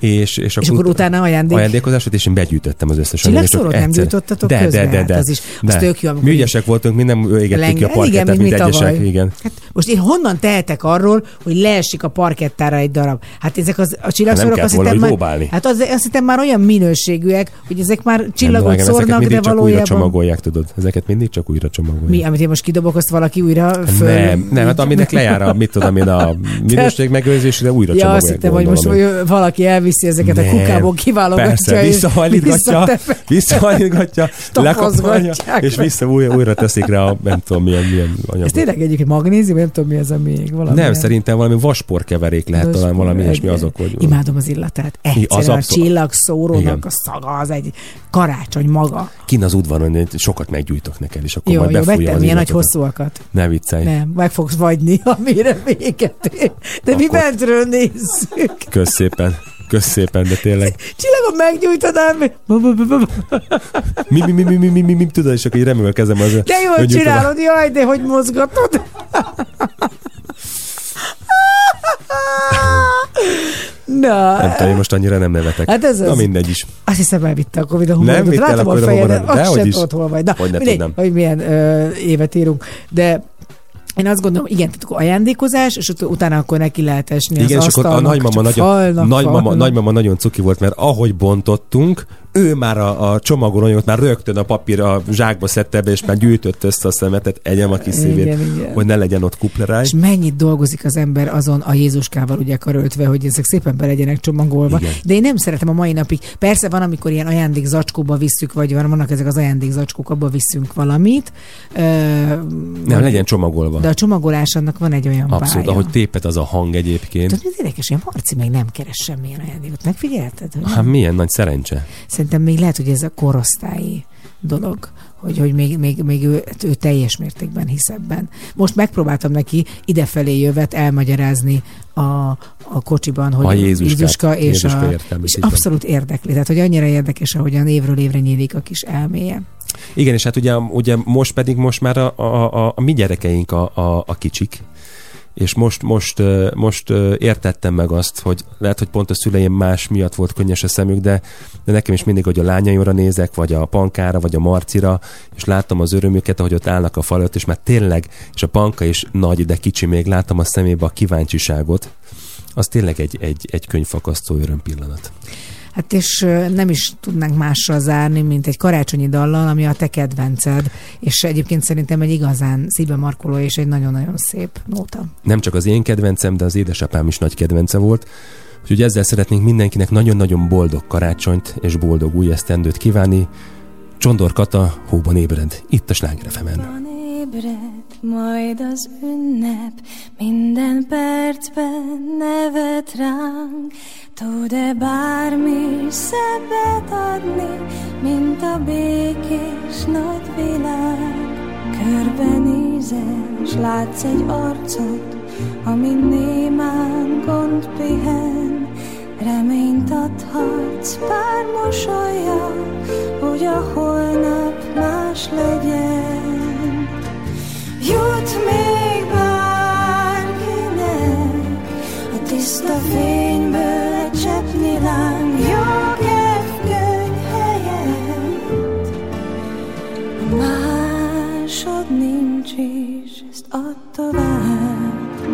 És akkor utána ajándékozásot, és én begyűjtöttem az összes Csillagszórót nem gyűjtöttetek közben? De. Az tök jó. Mi ügyesek voltunk, mi nem égettük ki a parkettát, mint egyesek. Igen. Hát most én honnan tehetek arról, hogy leesik a parkettára egy darab? Hát ezek a csillagszórók azt hittem már olyan minőségűek, hogy ezek már csillagot szórnak, de valójában... Újra csomagolják, tudod. Ezeket mindig csak újra csomagolják. Mi, amit én most kidobok, azt valaki újra föl... Nem, hát aminek lejár a minőség megőrzés, de újra csomagolják. Azt hittem, hogy most valaki elviszi ezeket a kukából, kiválogatja, visszahajlítgatja, lekapolja, és újra teszik rá a nem tudom milyen anyagot. Ez tényleg egyik magnézium, nem tudom mi ez a még. Nem, szerintem valami vasporkeverék lehet talán valami ilyesmi azok, hogy... Imádom az illatát. Egyszerűen a csillagszórónak a szaga, az egy karácsony maga. Kinn az udvaron, sokat meggyújtok neked, és akkor majd befújom az illatot. Jó, nagy hosszúakat. Ne viccelj. Nem, meg fogsz vagyni, amire véget ér. De akkor... mi bentről nézzük. Kösz szépen, de tényleg. Csillagon meggyújtanám. Mi, tudod, és akkor így remül a kezem az. De jól csinálod, jaj, de hogy mozgatod. Na. Nem tudom, én most annyira nem nevetek. Hát ez na mindegy is. Azt hiszem elvitte a Covid a humorodot. Nem vitte el a Covid a humorodot. Azt sem tudod, hol vagy. Na, mindegy, hogy milyen évet írunk. De én azt gondolom, igen, tehát ajándékozás, és utána akkor neki lehet esni igen, az asztalnak. Igen, és akkor a nagymama nagyon cuki volt, mert ahogy bontottunk, ő már a csomagon anyagot már rögtön a papír a zsákba szedte be, és már gyűjtött össze a szemetet, egyem a kis szívét, hogy ne legyen ott kupleráj. És mennyit dolgozik az ember azon a Jézuskával ugye karöltve, hogy ezek szépen be legyenek csomagolva. Igen. De én nem szeretem a mai napig. Persze van, amikor ilyen ajándékzacskóba visszük, vagy vannak ezek az ajándékzacskók, abba visszünk valamit. Nem, legyen csomagolva. De a csomagolás annak van egy olyan abszolút, bája. ahogy tépet az a hang egyébként. Tudod, ez érdekes, hogy a Marci meg nem keres semmilyen ajándékot. Megfigyelted? Hát milyen nagy szerencse. Szerintem még lehet, hogy ez a korosztályi dolog, hogy még ő teljes mértékben hisz ebben. Most megpróbáltam neki idefelé jövet elmagyarázni a kocsiban, hogy a Jézuska és abszolút érdekli. Tehát, hogy annyira érdekes, ahogyan évről évre nyílik a kis elméje. Igen, és hát ugye most már a mi gyerekeink a kicsik, és most értettem meg azt, hogy lehet, hogy pont a szüleim más miatt volt könnyes a szemük, de nekem is mindig, hogy a lányaimra nézek, vagy a Pankára, vagy a Marcira, és látom az örömüket, ahogy ott állnak a fal előtt, és már tényleg, és a Panka is nagy, de kicsi még, látom a szemébe a kíváncsiságot. Az tényleg egy könyvfakasztó örömpillanat. Hát és nem is tudnánk mással zárni, mint egy karácsonyi dallal, ami a te kedvenced, és egyébként szerintem egy igazán szívbe markoló és egy nagyon-nagyon szép nóta. Nem csak az én kedvencem, de az édesapám is nagy kedvence volt, úgyhogy ezzel szeretnénk mindenkinek nagyon-nagyon boldog karácsonyt és boldog új esztendőt kívánni. Csondor Kata, Hóban ébred, itt a Sláger FM-en. Ébred, majd az ünnep, minden percben nevet ránk. Tud-e bármi szebbet adni, mint a békés nagy világ? Körbenézel, s látsz egy arcot, amin némán gond pihen. Reményt adhatsz pár mosolya, hogy a holnap más legyen. Jut még bárkinek a tiszta fényből egy cseppnyi láng, jó kedvkönyv helyett. Másod nincs is, ezt add tovább.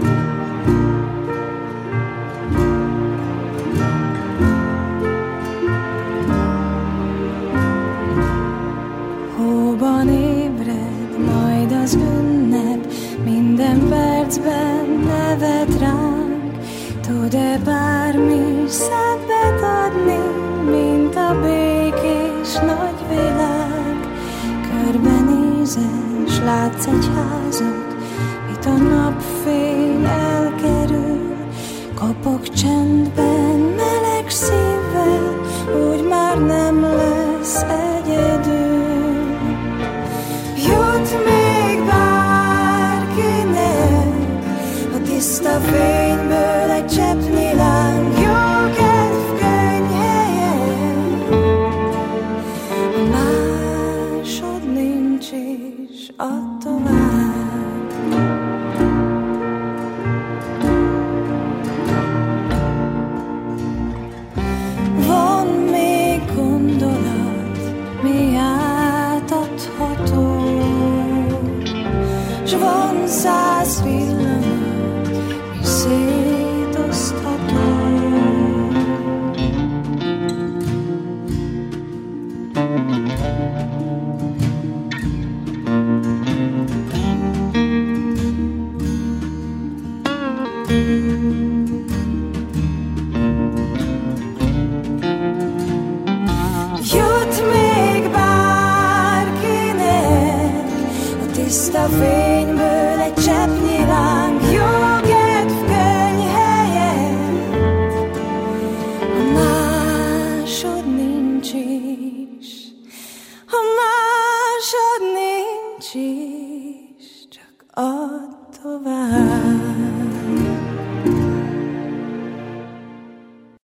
Hóban ébred, majd az ünnep, minden percben nevet ránk. Tud-e bármi szebbet adni, mint a békés nagy világ? Körbenézel, s látsz egy házat, itt a napfény elkerül. Kopog csendben, meleg szívvel, úgy már nem lesz egyedül. Jut még bárkinek a tiszta fényből egy cseppnyi láng, jó kedvkönyv helyett. Másod nincs is, add tovább. s van 100 villanás.